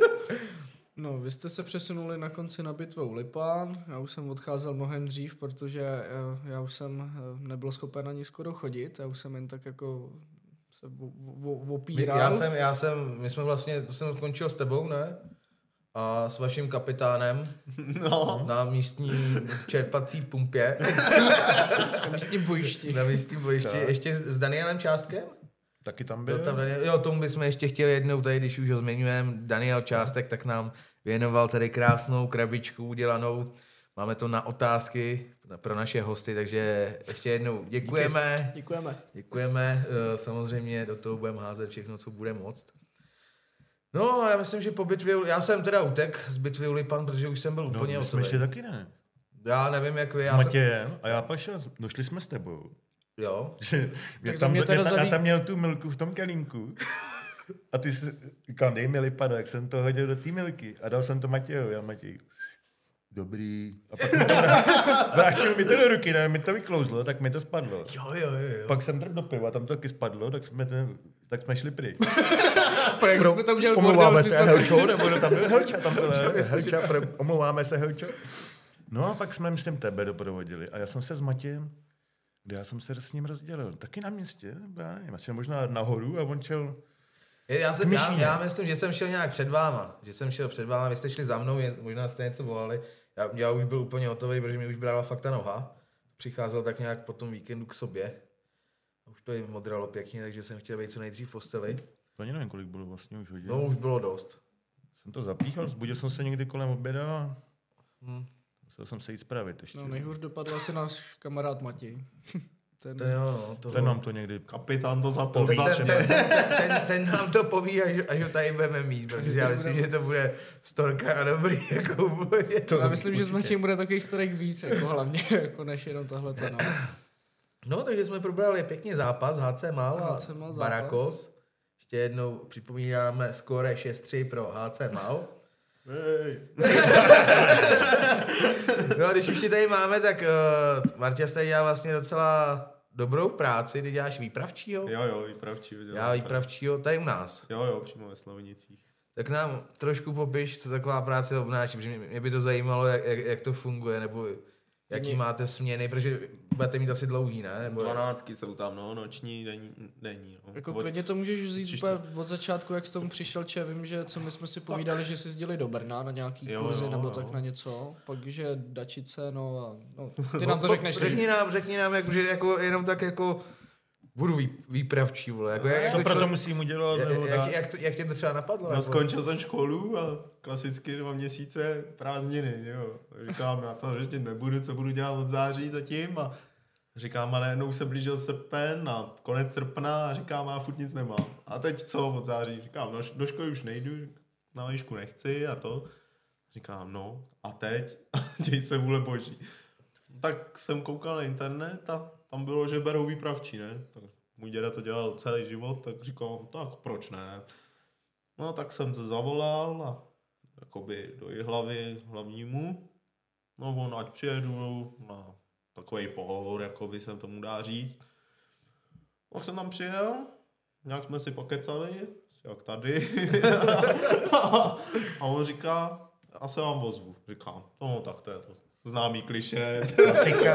No, vy jste se přesunuli na konci na bitvu Lipan, já už jsem odcházel mnohem dřív, protože já už jsem nebyl schopen ani skoro chodit, já už jsem jen tak jako se opíral. My jsme vlastně, to jsem skončil s tebou, ne? A s vaším kapitánem na místní čerpací pumpě. Na místním bojišti. Na místním bojišti. Ještě s Danielem Částkem? Taky tam byl. Jo, tomu bychom ještě chtěli jednou tady, když už ho zmiňujeme. Daniel Částek, tak nám věnoval tady krásnou krabičku udělanou. Máme to na otázky pro naše hosty, takže ještě jednou děkujeme. Děkujeme. Samozřejmě do toho budeme házet všechno, co bude moct. No a já myslím, že po bitvě, já jsem teda utek z bitvy u Lipan, protože už jsem byl úplně hotový. No, jsme taky ne. Já nevím, jak vy. S Matějem a já pašel, došli jsme s tebou. Jo. Já tam měl tu milku v tom kelímku a ty jsi říkal, dej mi Lipano, jak jsem to hodil do té milky a dal jsem to Matějovi a Matěj, dobrý. A pak mi to vrátil mi to do ruky, ne, mi to vyklouzlo, tak mi to spadlo. Jo. Pak jsem drb do piva, tam to taky spadlo, tak jsme šli pryč. Jsme tam dělali omlouváme se, Helčo, nebo tam byl Helča, omlouváme se, Helčo. No a pak jsme, myslím, tebe doprovodili a já jsem se s Matějem, kde já jsem se s ním rozdělil, taky na městě, já nevím, možná nahoru a on šel... Já myslím, že jsem šel nějak před váma, vy jste šli za mnou, možná jste něco volali, já už byl úplně hotový, protože mi už brala fakt ta noha, přicházel tak nějak po tom víkendu k sobě, už to jim modralo pěkně, takže jsem chtěl být co nejdřív v posteli. To ani nevím, kolik bylo vlastně už hodin. No už bylo dost. Jsem to zapíchal, zbudil jsem se někdy kolem oběda a musel jsem se jít spravit ještě. No nejhůř dopadl asi náš kamarád Matěj. Ten nám to někdy... Kapitán to zapomněl. Ten nám to poví, až ho tady budeme mít, protože já myslím, že to bude storka a dobrý. Jako já myslím, že s Matějem bude takových storek víc, jako hlavně, jako než jenom tohle. No, takže jsme probrali pěkně zápas HC Mal a Barakos. Ještě jednou připomínáme skóre 6-3 pro HC Mal. No a když už tě tady máme, tak Marťa tady dělá vlastně docela dobrou práci. Ty děláš výpravčího? Jo, výpravčí. Já výpravčího, tady u nás. Jo, přímo ve Slovenicích. Tak nám trošku popiš, co taková práce obnáší, protože mě by to zajímalo, jak to funguje, nebo jaký máte směny, protože budete mít asi dlouhý, ne? Nebo 12 jsou tam, no, noční, denní. No. Jako klidně to můžeš vzít úplně od začátku, jak s tomu přišel, če vím, že co my jsme si povídali, že si sděli do Brna na nějaký kurzy nebo tak na něco, pak že Dačice, ty nám to řekneš. Řekni nám, jako jenom tak jako budu výpravčí, vole. Jako, Co proto musím udělat? Jak tě to třeba napadlo? No, skončil jsem školu a klasicky 2 měsíce prázdniny, jo. Tak říkám, já to řešit nebudu, co budu dělat od září zatím a říkám, a najednou se blížil srpen a konec srpna a říkám, já furt nic nemám. A teď co od září? Říkám, no, do školy už nejdu, na výšku nechci a to. Říkám, no a teď? Děj se vůle boží. Tak jsem koukal na internet a tam bylo, že berou výpravčí, ne? Tak můj děda to dělal celý život, tak říkal, tak proč ne? No tak jsem se zavolal a jakoby do Jihlavy hlavnímu. No on ať přijedu na takový pohovor, jakoby se tomu dá říct. Tak jsem tam přijel, nějak jsme si pokecali, jak tady. A on říká, já se vám ozvu. Říkám, no tak to je to známý klišé. Klasika.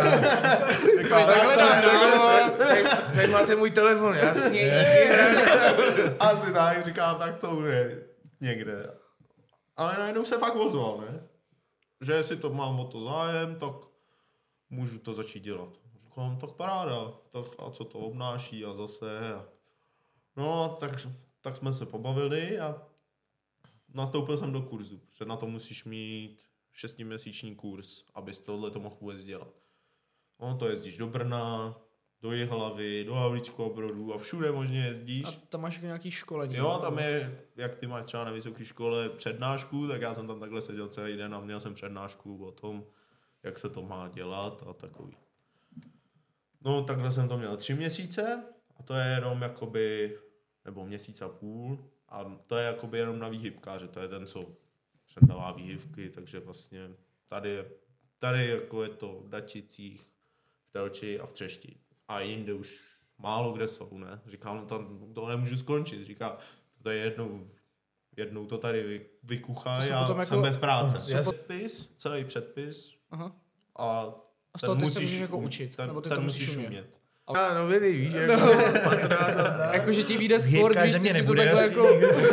Tady máte můj telefon, jasně. Asi tak, říkám, tak to bude někde. Ale najednou se fakt ozval, ne? Že jestli to mám o to zájem, tak můžu to začít dělat. Říkám, tak paráda, tak a co to obnáší a zase. No, tak jsme se pobavili a nastoupil jsem do kurzu, protože na to musíš mít 6měsíční kurz, abys tohle mohl vůbec dělat. No, to jezdíš do Brna, do Jihlavy, do Havlíčkova Brodu a všude možně jezdíš. A tam máš nějaký školení? Jo, tam je, jak ty máš třeba na vysoké škole přednášku, tak já jsem tam takhle seděl celý den a měl jsem přednášku o tom, jak se to má dělat a takový. No, takhle jsem to měl 3 měsíce a to je jenom jakoby, nebo měsíc a půl a to je jakoby jenom na výhybkáře, to je ten, co předává výhybky, takže vlastně tady jako je to v Dačicích, v Telči a v Třešti. A jinde už málo kde jsou, ne? Říkám, no to nemůžu skončit. Říká, to je jednou to tady vykuchaj a jsem jako bez práce. Předpis, celý předpis. Aha. A z toho ty se můžeš jako učit, nebo ty to musíš umět. No víš, jako jakože ti vyjde sport, víš, ty si to takhle jako...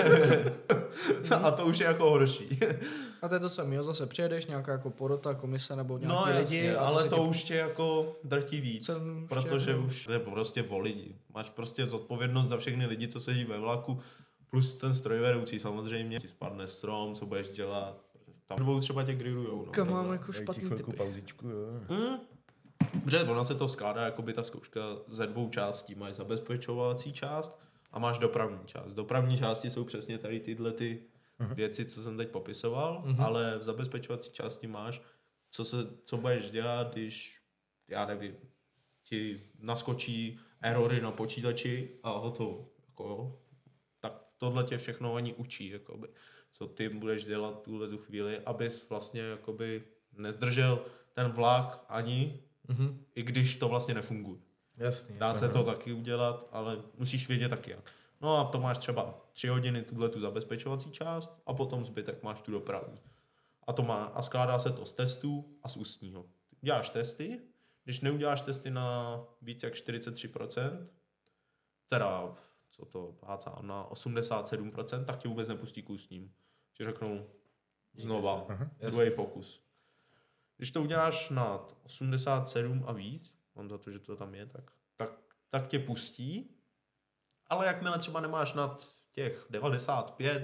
A to už je jako horší. A to je to samé, zase přijedeš, nějaká jako porota, komise nebo nějaký lidi. No ale to už tě jako drtí víc, protože jako... už je prostě o lidi. Máš prostě zodpovědnost za všechny lidi, co sedí ve vlaku, plus ten strojvedoucí samozřejmě. Ti spadne strom, co budeš dělat. Tam dvou třeba tě grillujou. No, mám jako špatný typy. Pauzičku, jo. Protože ona se to skládá, jakoby ta zkouška ze 2 částí. Máš zabezpečovací část a máš dopravní část. Dopravní části jsou přesně tady tyhle ty věci, co jsem teď popisoval, ale v zabezpečovací části máš, co budeš dělat, když, já nevím, ti naskočí erory na počítači a hotovo. Jako, jo. Tak tohle tě všechno oni učí, jakoby, co ty budeš dělat tuhle tu chvíli, abys vlastně jakoby nezdržel ten vlak ani, i když to vlastně nefunguje. Jasný. Dá se to taky udělat, ale musíš vědět taky jak. No a to máš třeba 3 hodiny tu zabezpečovací část a potom zbytek máš tu dopravní. A skládá se to z testů a z ústního. Děláš testy, když neuděláš testy na víc jak 43%, teda co to plácá, na 87%, tak tě vůbec nepustí k ústním. Ti řeknou znova, druhý pokus. Když to uděláš na 87 a víc, mám za to, že to tam je, tak tě pustí, ale jakmile třeba nemáš nad těch 95,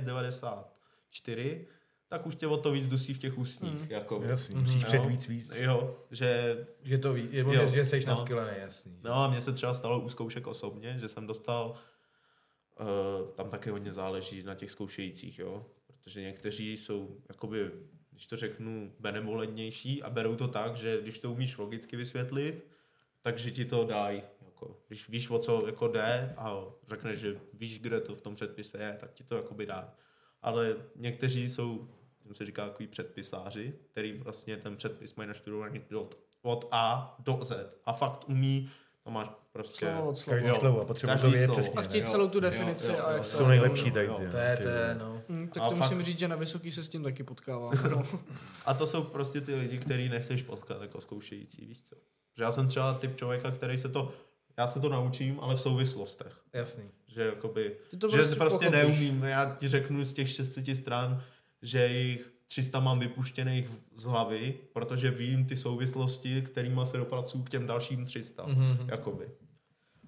94, tak už tě o to víc dusí v těch ústních. Jako, jasný, musíš před víc. Jo, že to ví, že seš naskyllený, jasný. No a mně se třeba stalo u zkoušek osobně, že jsem dostal, tam taky hodně záleží na těch zkoušejících, jo, protože někteří jsou, jakoby, když to řeknu, benevolentnější a berou to tak, že když to umíš logicky vysvětlit, takže ti to dají. Jako, když víš, o co jako jde a řekneš, že víš, kde to v tom předpise je, tak ti to jakoby dá. Ale někteří jsou, tím se říká, takový předpisáři, který vlastně ten předpis mají naštudovaný od A do Z a fakt umí, to máš prostě... Slovo od slova. Každý slovo a potřebuji to vědět přesně. A chtít celou tu definici. A jak jsou nejlepší tady. To je, no. Tak to musím říct, že na vysoký se s tím taky potkávám. No. A to jsou prostě ty lidi, který nechceš potkat jako zkoušející, víš co. Že já jsem třeba typ člověka, který já se to naučím, ale v souvislostech. Jasný. Že jakoby, že prostě neumím. Já ti řeknu z těch 600 stran, že jich 300 mám vypuštěných z hlavy, protože vím ty souvislosti, kterýma se dopracuju k těm dalším 300. Jakoby.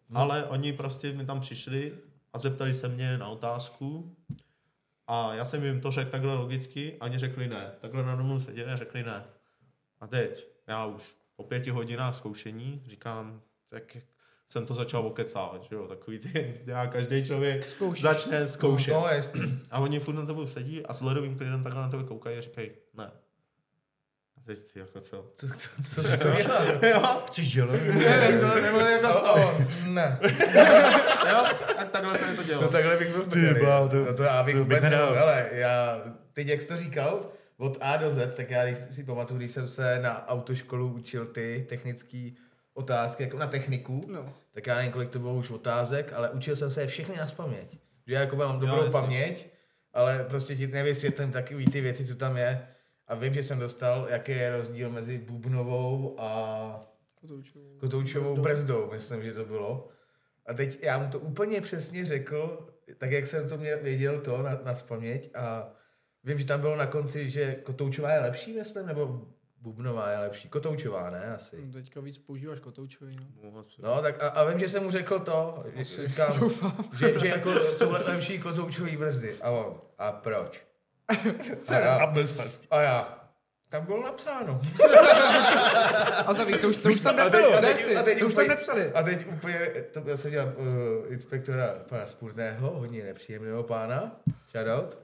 Ale oni prostě mi tam přišli a zeptali se mě na otázku a já jsem jim to řekl takhle logicky a oni řekli ne. Takhle na domu seděli a řekli ne. A teď já už po 5 hodinách zkoušení říkám, tak jsem to začal okecávat, že jo, takový ty, já každý člověk začne zkoušet. No, a oni furt na tebou sedí a s ledovým klidem takhle na tebe koukají a říkají ne. A teď ty jako co? Co dělá? Chceš dělat? Nebo jako co? Ne. Jo, tak takhle se mi to dělo. No takhle bych byl no to já bych vůbec nebyl. Hele, já teď jak jsi to říkal, od A do Z, tak já si pamatuju, když jsem se na autoškolu učil ty technické otázky, jako na techniku, tak já nevím, kolik to bylo už otázek, ale učil jsem se je všechny nazpaměť. Že já jako mám dobrou paměť, ale prostě ti nevysvětlím takový ty věci, co tam je. A vím, že jsem dostal, jaký je rozdíl mezi bubnovou a kotoučovou brzdou, myslím, že to bylo. A teď já mu to úplně přesně řekl, tak jak jsem to věděl to nazpaměť a vím, že tam bylo na konci, že kotoučová je lepší, myslím, nebo bubnová je lepší. Kotoučová, ne? Asi. Teďka víc používáš kotoučový, no. No, tak a vím, že jsem mu řekl to, že jako jsou lepší kotoučový brzdy. A on, a proč? A bez pasti. A já, tam bylo napsáno. A zavíš, to už tam nebylo, ne si, to už tam nepsali. A teď úplně, to já jsem dělal inspektora pana Spurného, hodně nepříjemného pána, shoutout.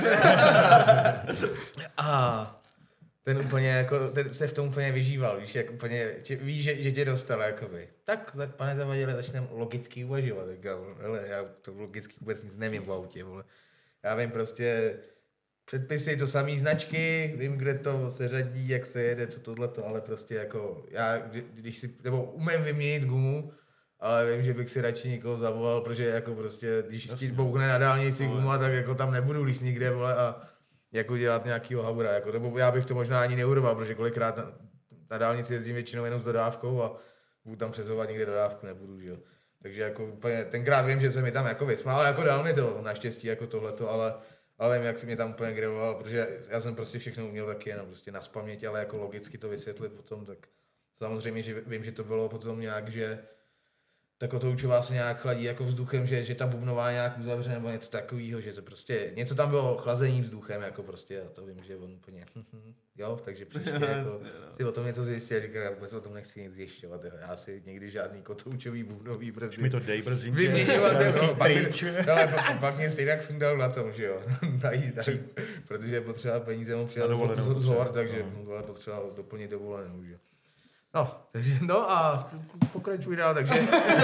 A ten úplně jako, ten se v tom úplně vyžíval, víš, jak úplně, víš, že tě dostal, jakoby. Tak, pane Zavadile, začneme logicky uvažovat. Hele, já to logicky vůbec nic nevím v autě, vole. Já vím prostě předpisy, to samý značky, vím, kde to se řadí, jak se jede, co tohleto, ale prostě jako, já, když si, nebo umím vyměnit gumu, ale vím, že bych si radši někoho zavolal, protože jako prostě, když ti bouchne na dálnici guma, tak jako tam nebudu líst nikde, vole, a jako dělat nějakýho haura, jako, nebo já bych to možná ani neurval, protože kolikrát na dálnici jezdím většinou jenom s dodávkou a budu tam přezovat někde dodávku, nebudu, že jo. Takže jako úplně, tenkrát vím, že se mi tam jako vysmál, jako dal mi to naštěstí jako tohleto, ale vím, jak si mě tam úplně grevoval, protože já jsem prostě všechno uměl taky jenom prostě nazpaměť, ale jako logicky to vysvětlit potom, tak samozřejmě, že vím, že to bylo potom nějak, že ta kotoučová se nějak chladí jako vzduchem, že ta bubnová nějak uzavře nebo něco takového, že to prostě, něco tam bylo chlazení vzduchem, jako prostě, a to vím, že on úplně, jo, takže příště jako, si o tom něco zjistil, říkal, já vůbec o tom nechci nic zjišťovat, já si někdy žádný kotoučový bubnový brzdy mi to dej, brzím vyměňovat, pak mě stejnak sundal na tom, že jo, na jízdách, protože potřeba peníze, on přijel z hor, takže potřeba doplnit dovolenou, že jo. No, takže, no a pokračuj dál, takže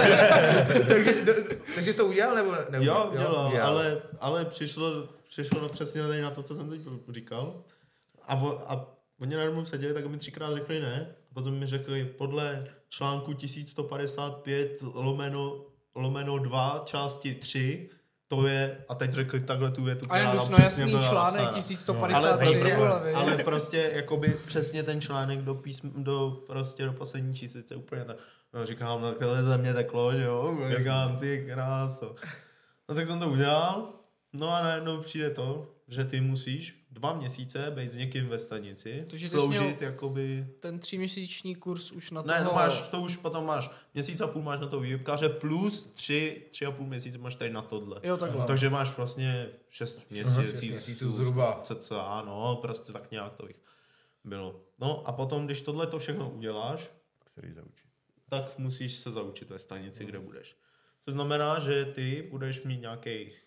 jsi to udělal, nebo neudělal? Jo, udělal. Ale přišlo přesně tady na to, co jsem teď říkal. A oni na domu seděli, tak mi 3krát řekli ne. A potom mi řekli, podle článku 1155 lomeno 2 části 3, to je, a teď řekli takhle tu větu, která tam přesně byla článek napsána. 1153. Ale prostě jakoby přesně ten článek do poslední číslice úplně tak. No, říkám, na takhle ze mě teklo, že jo? Říkám, ty kráso. No tak jsem to udělal. No a najednou přijde to, že ty musíš 2 měsíce být s někým ve stanici, sloužit jakoby... Ten 3měsíční kurz už na to... Ne, to už potom máš měsíc a půl máš na to výjibkáře plus 3,5 měsíce máš tady na tohle. Jo, takhle. Takže máš vlastně 6 měsíců zhruba. Cca, no, prostě tak nějak to bylo. No a potom, když tohle to všechno uděláš, tak musíš se zaučit ve stanici, kde budeš. To znamená, že ty budeš mít nějakých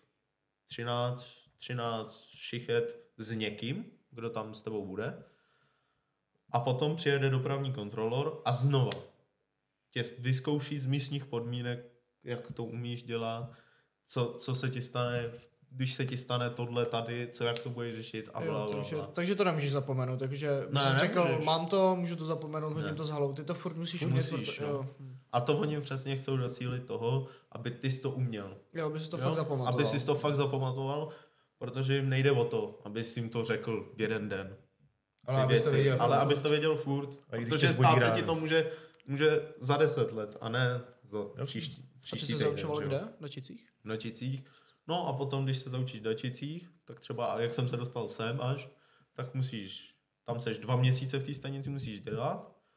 13 šichet s někým, kdo tam s tebou bude. A potom přijede dopravní kontrolor a znova tě vyzkouší z místních podmínek, jak to umíš dělat, co se ti stane, když se ti stane tohle tady, jak to budeš řešit a blablabla. Takže to nemůžeš zapomenout, takže jsi řekl, mám to, můžu to zapomenout, hodím to z halou, ty to furt musíš umět. No. A to oni přesně chcou docílit toho, aby ty jsi to uměl. Jo, aby jsi to fakt zapamatoval. Aby jsi to fakt zapamatoval, protože jim nejde o to, aby jsi jim to řekl v jeden den. Ale abys to věděl furt, protože stát se ti to může za 10 let a ne za příští A ty jsi se zaučoval kde? Na Čicích? Na Čicích. No a potom, když se zaučíš na Čicích, tak třeba, jak jsem se dostal sem až, tak tam seš 2 měsíce v té stanici musíš dělat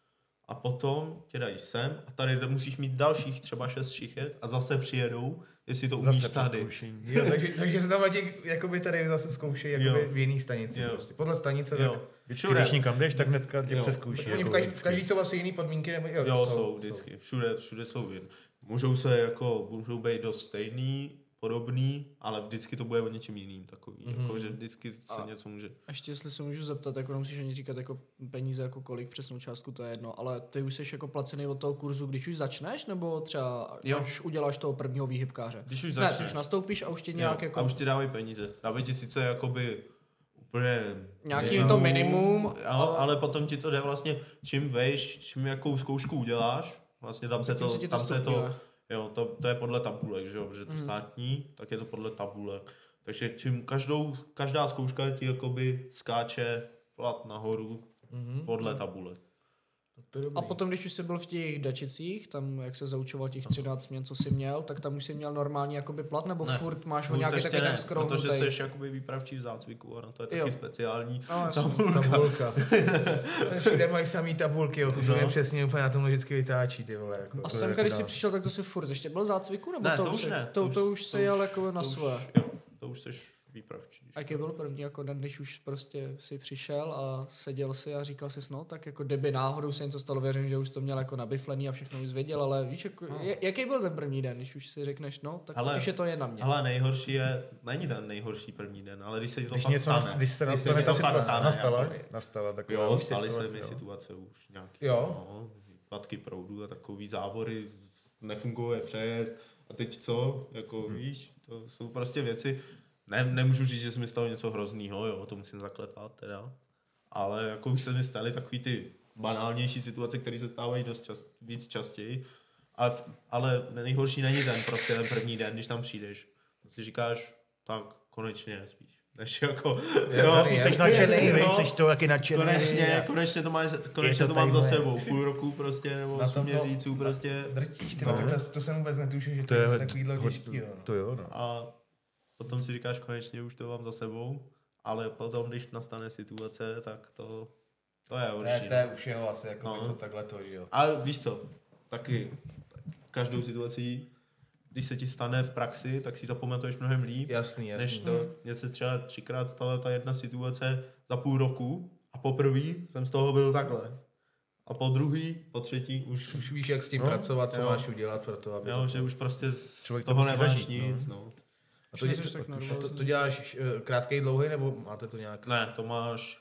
a potom tě dají sem a tady musíš mít dalších třeba 6 šichek a zase přijedou, jestli to umíš tady. Jo, takže znova tě jakoby tady zase zkoušejí jakoby v jiný stanici. Prostě. Podle stanice tak... Když někam jdeš, tak hnedka tě přeskouší. Oni v každý jsou asi jiný podmínky? Nebo, jo, jsou vždycky. Všude jsou jiný. Můžou být dost stejný, podobný, ale vždycky to bude o něčem jiným takový. Jako, že vždycky se něco může... Ještě jestli se můžu zeptat, jako nemusíš ani říkat jako peníze, jako kolik přesnou částku, to je jedno, ale ty už jsi jako placený od toho kurzu, když už začneš, nebo třeba až uděláš toho prvního výhybkáře? Když už začneš. Ne, ty už nastoupíš a už tě nějak jako... A už ti dávají peníze. Dávají ti sice jakoby úplně... Nějaký to minimum. Ale potom ti to jde vlastně, čím vejš, čím jakou zkoušku uděláš, vlastně tam se to jo, to je podle tabulek, že jo, protože to státní, tak je to podle tabulek. Takže čím každá zkouška ti jakoby skáče plat nahoru podle tabulek. A potom, když už jsi byl v těch Dačicích, tam jak se zaučoval těch 13 směn, co jsi měl, tak tam už jsi měl normální jakoby plat, nebo ne, furt máš ho nějaký takový ten skrouhnutej? Protože jsi jakoby výpravčí v zácviku, ano, to je taky speciální tabulka. Všude mají samý tabulky, to mě přesně úplně na tom vždycky vytáčí, ty vole. Jako, a sem, když jsi přišel, tak to jsi furt ještě byl v zácviku, nebo ne, to už ne? To už jsi jel jako na své. To už jsi výpravčí. A jaký byl první jako den, když už prostě si přišel a seděl si a říkal si, no, tak jako kdyby náhodou se něco stalo, věřím, že už to měl jako nabiflený a všechno už zvěděl, ale víš, jako, jaký byl ten první den, když už si řekneš, no, tak už je to je na mě. Ale nejhorší není ten nejhorší první den, ale když se to fakt stane. Když se nastala taková. Jo, staly se mi situace už nějaký. Jo. Výpadky proudu a takový závory, nefunguje přejezd a teď co, jako víš, to jsou prostě věci. Nemůžu říct, že se mi stalo něco hroznýho, jo, to musím zaklepat teda, ale jako už se mi staly takový ty banálnější situace, které se stávají víc častěji, ale nejhorší není ten první den, když tam přijdeš. Si říkáš, tak konečně spíš. Než jako, jsi nadšený, jsi to taky nadšený. Konečně to mám za sebou, půl roku prostě, nebo 8 měsíců prostě. Drtíš, tak to jsem vůbec netušil, že to je takovýhle těžký, jo. To jo, no. A potom si říkáš, konečně už to mám za sebou, ale potom, když nastane situace, tak to je horší. To je u všeho asi jako něco takhle to, že jo. Ale víš co, taky každou situaci, když se ti stane v praxi, tak si zapamatuješ mnohem líp. Jasný. Než to, mně se třeba 3krát stala ta jedna situace za půl roku a poprvé jsem z toho byl takhle. A po druhý, po třetí už víš, jak s tím pracovat, co máš udělat pro to, aby že už prostě z toho nemáš nic, no. A to děláš krátkej, dlouhý, nebo máte to nějak? Ne, to máš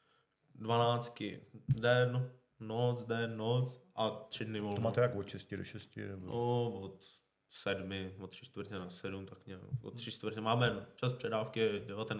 12 den, noc a 3 dny volno. To máte jak od 6 do 6? Nebo? No, od 7, od 3/4 na 7, tak nějak. Od 3/4 máme čas předávky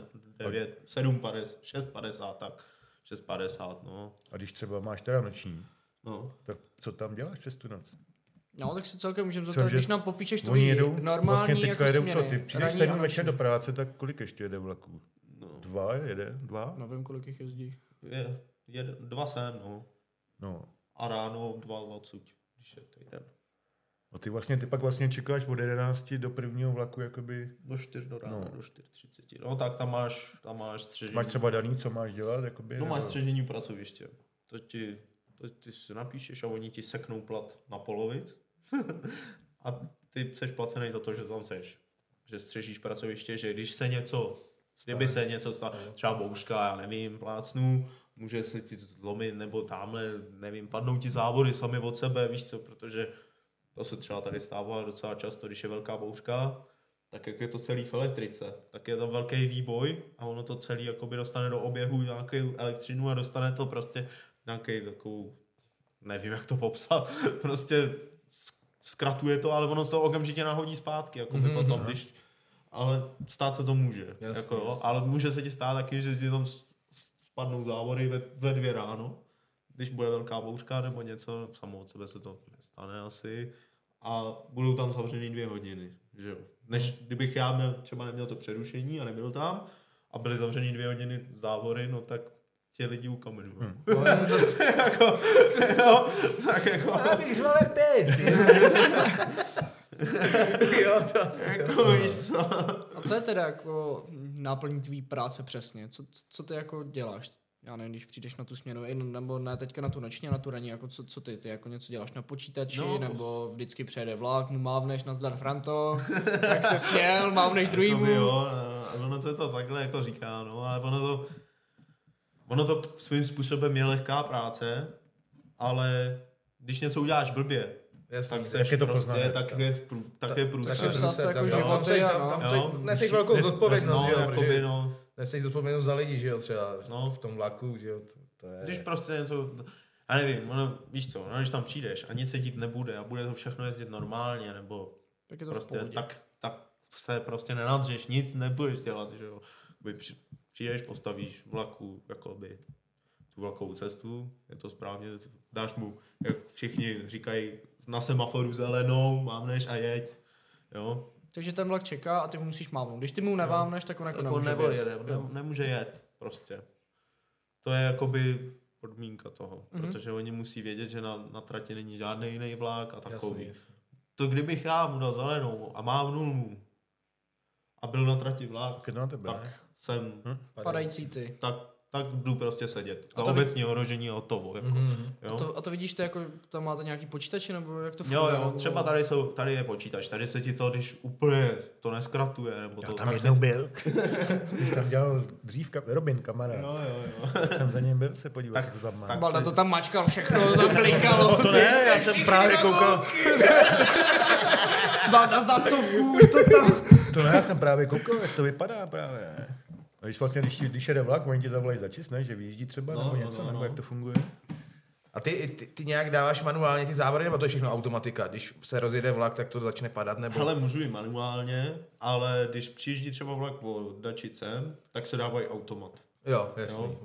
6:50, tak 6:50, no. A když třeba máš teda noční, no, tak co tam děláš přes tu noc? No, tak si celkem můžeme zeptat, když nám popíšeš tvojí normální vlastně jako jedou, směny. Co, ty přijdeš 7 večer do práce, tak kolik ještě jede vlaků? No. 2? Nevím, kolik jich jezdí. 2 sem, no. A ráno 2 odsud, když je týden. A ty pak vlastně čekáš od 11 do prvního vlaku, jakoby... Do 4 do rána, do 4:30. No tak tam máš střežení. Máš třeba daný, co máš dělat, jakoby? No máš střežení pracoviště. To ty si napíšeš a oni ti seknou plat na polovic. A ty seš placený za to, že tam seš. Že střežíš pracoviště, že když se kdyby se něco stalo, třeba bouřka, já nevím, plácnu, může se ti zlomit, nebo tamhle, nevím, padnou ti závory sami od sebe, víš co, protože to se třeba tady stává docela často, když je velká bouřka, tak jak je to celý v elektrice, tak je tam velký výboj a ono to celý jakoby dostane do oběhu nějakou elektřinu a dostane to prostě nějaký takovou, nevím jak to popsat, prostě zkratuje to, ale ono se to okamžitě nahodí zpátky, jakoby potom, když, ale stát se to může, jasný. Ale může se ti stát taky, že ti tam spadnou závory ve 2 ráno, když bude velká bouřka nebo něco, samo od sebe se to nestane asi, a budou tam zavřený 2 hodiny, že jo. Než kdybych já neměl to přerušení a nebyl tam a byly zavřený 2 hodiny závory, no tak tě lidi ukamenují. Tak jako... Abych zval pes. Jo, to asi. Jako víš co. A co je teda jako náplň tvý práce přesně? Co ty jako děláš? já nevím, když přijdeš na tu směnu, nebo ne teďka na tu noční, na tu ranní, jako co ty jako něco děláš na počítači, nebo vždycky přijede vlak, mu mávneš nazdar Franto, tak se směl, mávneš druhýmu. Jo, ono to je to takhle jako říká, no, ale ono to svým způsobem je lehká práce, ale když něco uděláš blbě, jasný, tak seš to prostě, poznané, tak je průser. Tam neseš velkou zodpovědnost, že jo, protože neseš zodpovědnost za lidi, že jo, třeba v tom vlaku, že jo, to je... Když prostě něco, já nevím, víš co, když tam přijdeš a nic se dít nebude a bude to všechno jezdit normálně, nebo tak je to prostě, tak se prostě nenadřeš, nic nebudeš dělat, že jo. Přijdeš, postavíš vlaku, jakoby tu vlakovou cestu, je to správně, dáš mu, jak všichni říkají, na semaforu zelenou, mávneš a jeď, jo. Takže ten vlak čeká a ty mu musíš mávnout. Když ty mu nevávneš, tak on jako nemůže jet, prostě. To je jakoby podmínka toho, protože oni musí vědět, že na trati není žádný jiný vlak a takový. Jasný. To kdybych já mu dal zelenou a mávnul mu a byl na trati vlak, tak jsem padající ty. Tak jdu prostě sedět. Za obecní ohrožení hotovo. Jako, jo? A to vidíš, to jako, tam máte nějaký počítač, nebo jak to funguje? Jo, třeba tady je počítač, tady se ti to, když úplně to neskratuje, nebo já to... tam jednou byl, když tam dělal dřív Robin, kamarád. Jo. Jsem za ním byl se podívat, co to tam má. Balda to tam mačkal všechno, to tam blinkalo. To ne, já jsem právě koukal. Balda za 100 už to tam... To ne, já jsem právě koukal, jak to vypadá právě. Když vlastně, když jede vlak, oni tě zavolají za čas, ne? Že vyjíždí třeba nebo něco, nebo jak to funguje? A ty nějak dáváš manuálně ty závody, nebo to je všechno automatika? Když se rozjede vlak, tak to začne padat, nebo... Hele, můžu i manuálně, ale když přijíždí třeba vlak po Dačicem, tak se dávají automat. Jo, jasný.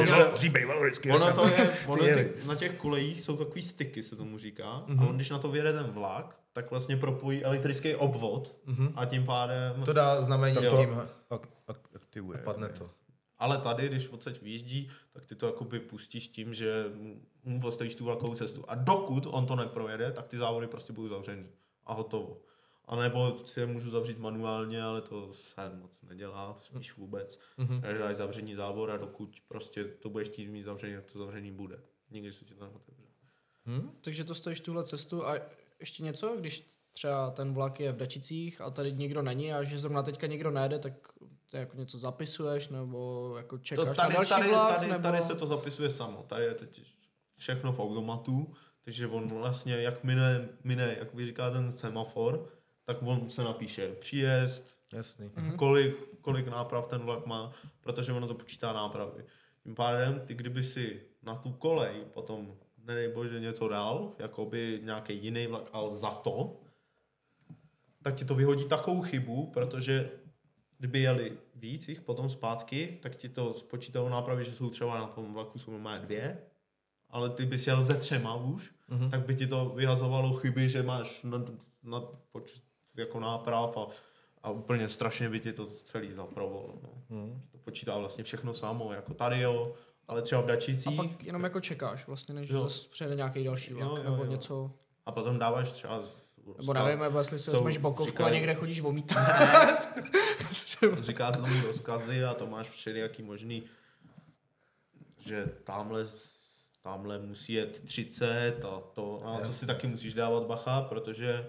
Na těch kolejích jsou takový styky, se tomu říká. A on, když na to vyjede ten vlak, tak vlastně propojí elektrický obvod a tím pádem... To dá znamení tím. Aktivuje. Padne to. Ale tady, když odsaď vyjíždí, tak ty to jakoby pustíš tím, že mu postavíš tu vlakovou cestu. A dokud on to neprojede, tak ty závody prostě budou zavřený. A hotovo. A nebo si je můžu zavřít manuálně, ale to se moc nedělá, spíš vůbec. Takže dáš zavření závor a dokud prostě to budeš chtít mít zavření, tak to zavření bude. Nikdy se ti to neotevře. Takže to stojíš tuhle cestu a ještě něco, když třeba ten vlak je v Dačicích a tady nikdo není a že zrovna teďka nikdo nejde, tak ty jako něco zapisuješ nebo jako čekáš na další vlak? Tady se to zapisuje samo. Tady je teď všechno v automatu, takže on vlastně, jak mine, jak vy říká ten semafor, tak on se napíše příjezd, jasný. Kolik náprav ten vlak má, protože ono to počítá nápravy. Tím pádem, ty kdyby si na tu kolej potom, nedej bože, něco dal, jako by nějaký jiný vlak, ale za to, tak ti to vyhodí takovou chybu, protože kdyby jeli víc jich potom zpátky, tak ti to spočítalo nápravy, že jsou třeba na tom vlaku jsou má 2, ale ty bys jel ze 3 už, tak by ti to vyhazovalo chyby, že máš na počet jako náprav a úplně strašně by ti to celý zapravilo. No. To počítá vlastně všechno samo, jako tady jo, ale třeba v Dačicích. A pak jenom jako čekáš vlastně, než přijede nějaký další vlak nebo něco. A potom dáváš třeba nebo nevím, nebo jestli si vezmeš bokovku a někde chodíš vomítat. Říká se tomu rozkazy a to máš všelijaký možný, že tamhle musí jet 30 a to, a co si taky musíš dávat bacha, protože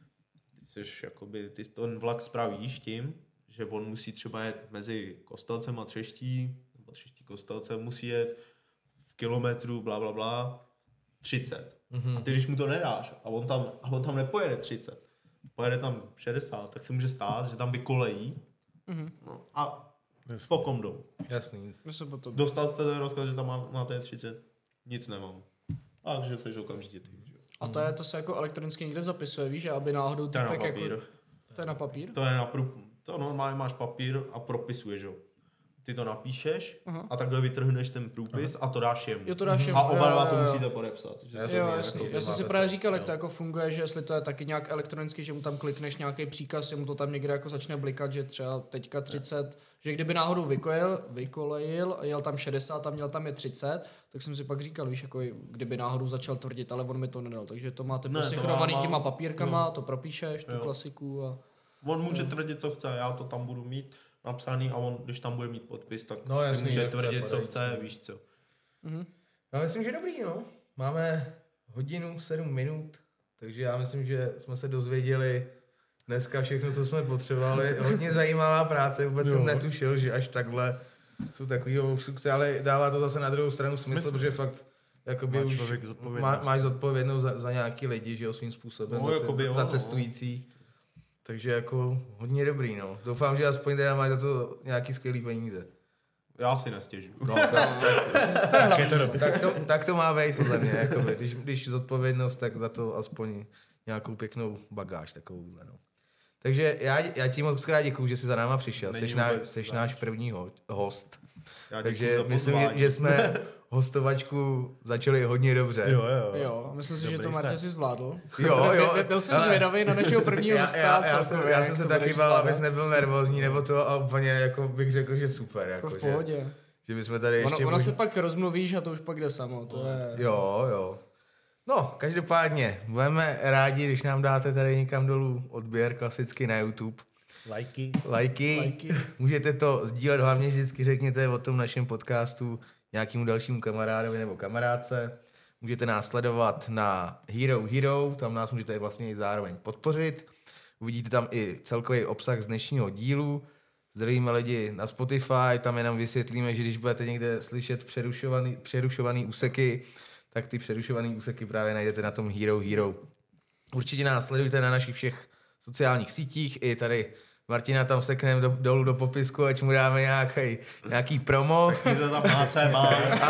ty ten vlak spravíš tím, že on musí třeba jet mezi Kostelcem a Třeští, nebo Třeští Kostelcem musí jet v kilometru blablabla 30. A ty, když mu to nedáš a on tam nepojede 30, pojede tam 60, tak se může stát, že tam vykolejí a pokom jdou. Jasný. Dostal jste ten rozkaz, že tam máte 30, nic nemám. Takže jsi okamžitě ty. A to se jako elektronicky někde zapisuje, víš, že aby náhodou to je na papír. Jako, to je na papír? To normálně máš papír a propisuješ, jo. Ty to napíšeš a takhle vytrhneš ten průpis a to dáš jemu. Jo, to dáš jemu. A oba dva to musíte podepsat. Jo, jasný. Já jsem si právě říkal, jak to jako funguje, že jestli to je taky nějak elektronicky, že mu tam klikneš nějaký příkaz, že mu to tam někde jako začne blikat, že třeba teďka 30, že kdyby náhodou vykolejil a jel tam 60 a měl tam je 30, tak jsem si pak říkal, víš, jako kdyby náhodou začal tvrdit, ale on mi to nedal. Takže to máte posynchronovaný těma papírkama, to propíšeš, tu klasiku a... On může tvrdit, co chce, já to tam budu mít. napsaný a on, když tam bude mít podpis, tak No, si jasný, může jak to je tvrdit, co padající. chce, víš co. Já myslím, že dobrý, no. Máme 1:07, takže já myslím, že jsme se dozvěděli dneska všechno, co jsme potřebovali. Hodně zajímavá práce, vůbec jsem netušil, že až takhle jsou takový obstrukce, ale dává to zase na druhou stranu smysl, protože fakt jakoby Má už člověk zodpovědnost. máš zodpovědnost za nějaký lidi, že jo, svým způsobem, No, jakoby jo, za no. cestující. Takže jako hodně dobrý, no. Doufám, že aspoň teda máš za to nějaký skvělý peníze. Já si nestěžuju. No, tak to má být podle mě, jakoby. Když zodpovědnost, tak za to aspoň nějakou pěknou bagáž takovouhle, no. Takže já ti moc krát děkuju, že jsi za náma přišel. Není Seš náš první host. Já Takže děkuju za myslím, pozvání. že jsme hostovačku začali hodně dobře. Jo, myslím si, že Dobrý to Martě start. si zvládl. Jo. Byl jsem Ale- zvědavý na našeho prvního hosta. Já celkově, jsem jak se to taky budeš bál, zvládat. abys nebyl nervózní nebo to a úplně jako bych řekl, že super. Jako Jako, v pohodě. že bychom tady ještě... Ono se pak rozmluvíš a to už pak jde samo. To je... Jo. No, každopádně, budeme rádi, když nám dáte tady někam dolů odběr, klasicky na YouTube. Lajky. Můžete to sdílet, hlavně vždycky řekněte o tom našem podcastu nějakému dalšímu kamarádovi nebo kamarádce. Můžete nás sledovat na Hero, tam nás můžete vlastně i zároveň podpořit. Uvidíte tam i celkový obsah z dnešního dílu. Zdravíme lidi na Spotify, tam jenom vysvětlíme, že když budete někde slyšet přerušovaný úseky, tak ty přerušované úseky právě najdete na tom Hero. Určitě nás sledujte na našich všech sociálních sítích, i tady Martina tam sekneme dolů do popisku, ať mu dáme nějaký promo. Sekněte tam HCMA.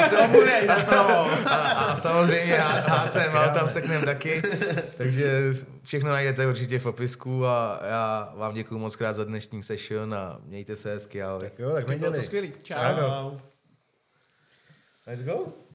A samozřejmě HCMA tam sekneme taky. Takže všechno najdete určitě v popisku a já vám děkuju moc krát za dnešní session a mějte se hezky, ahoj. Jo, tak Bylo to skvělý. Čau. Čau. Let's go.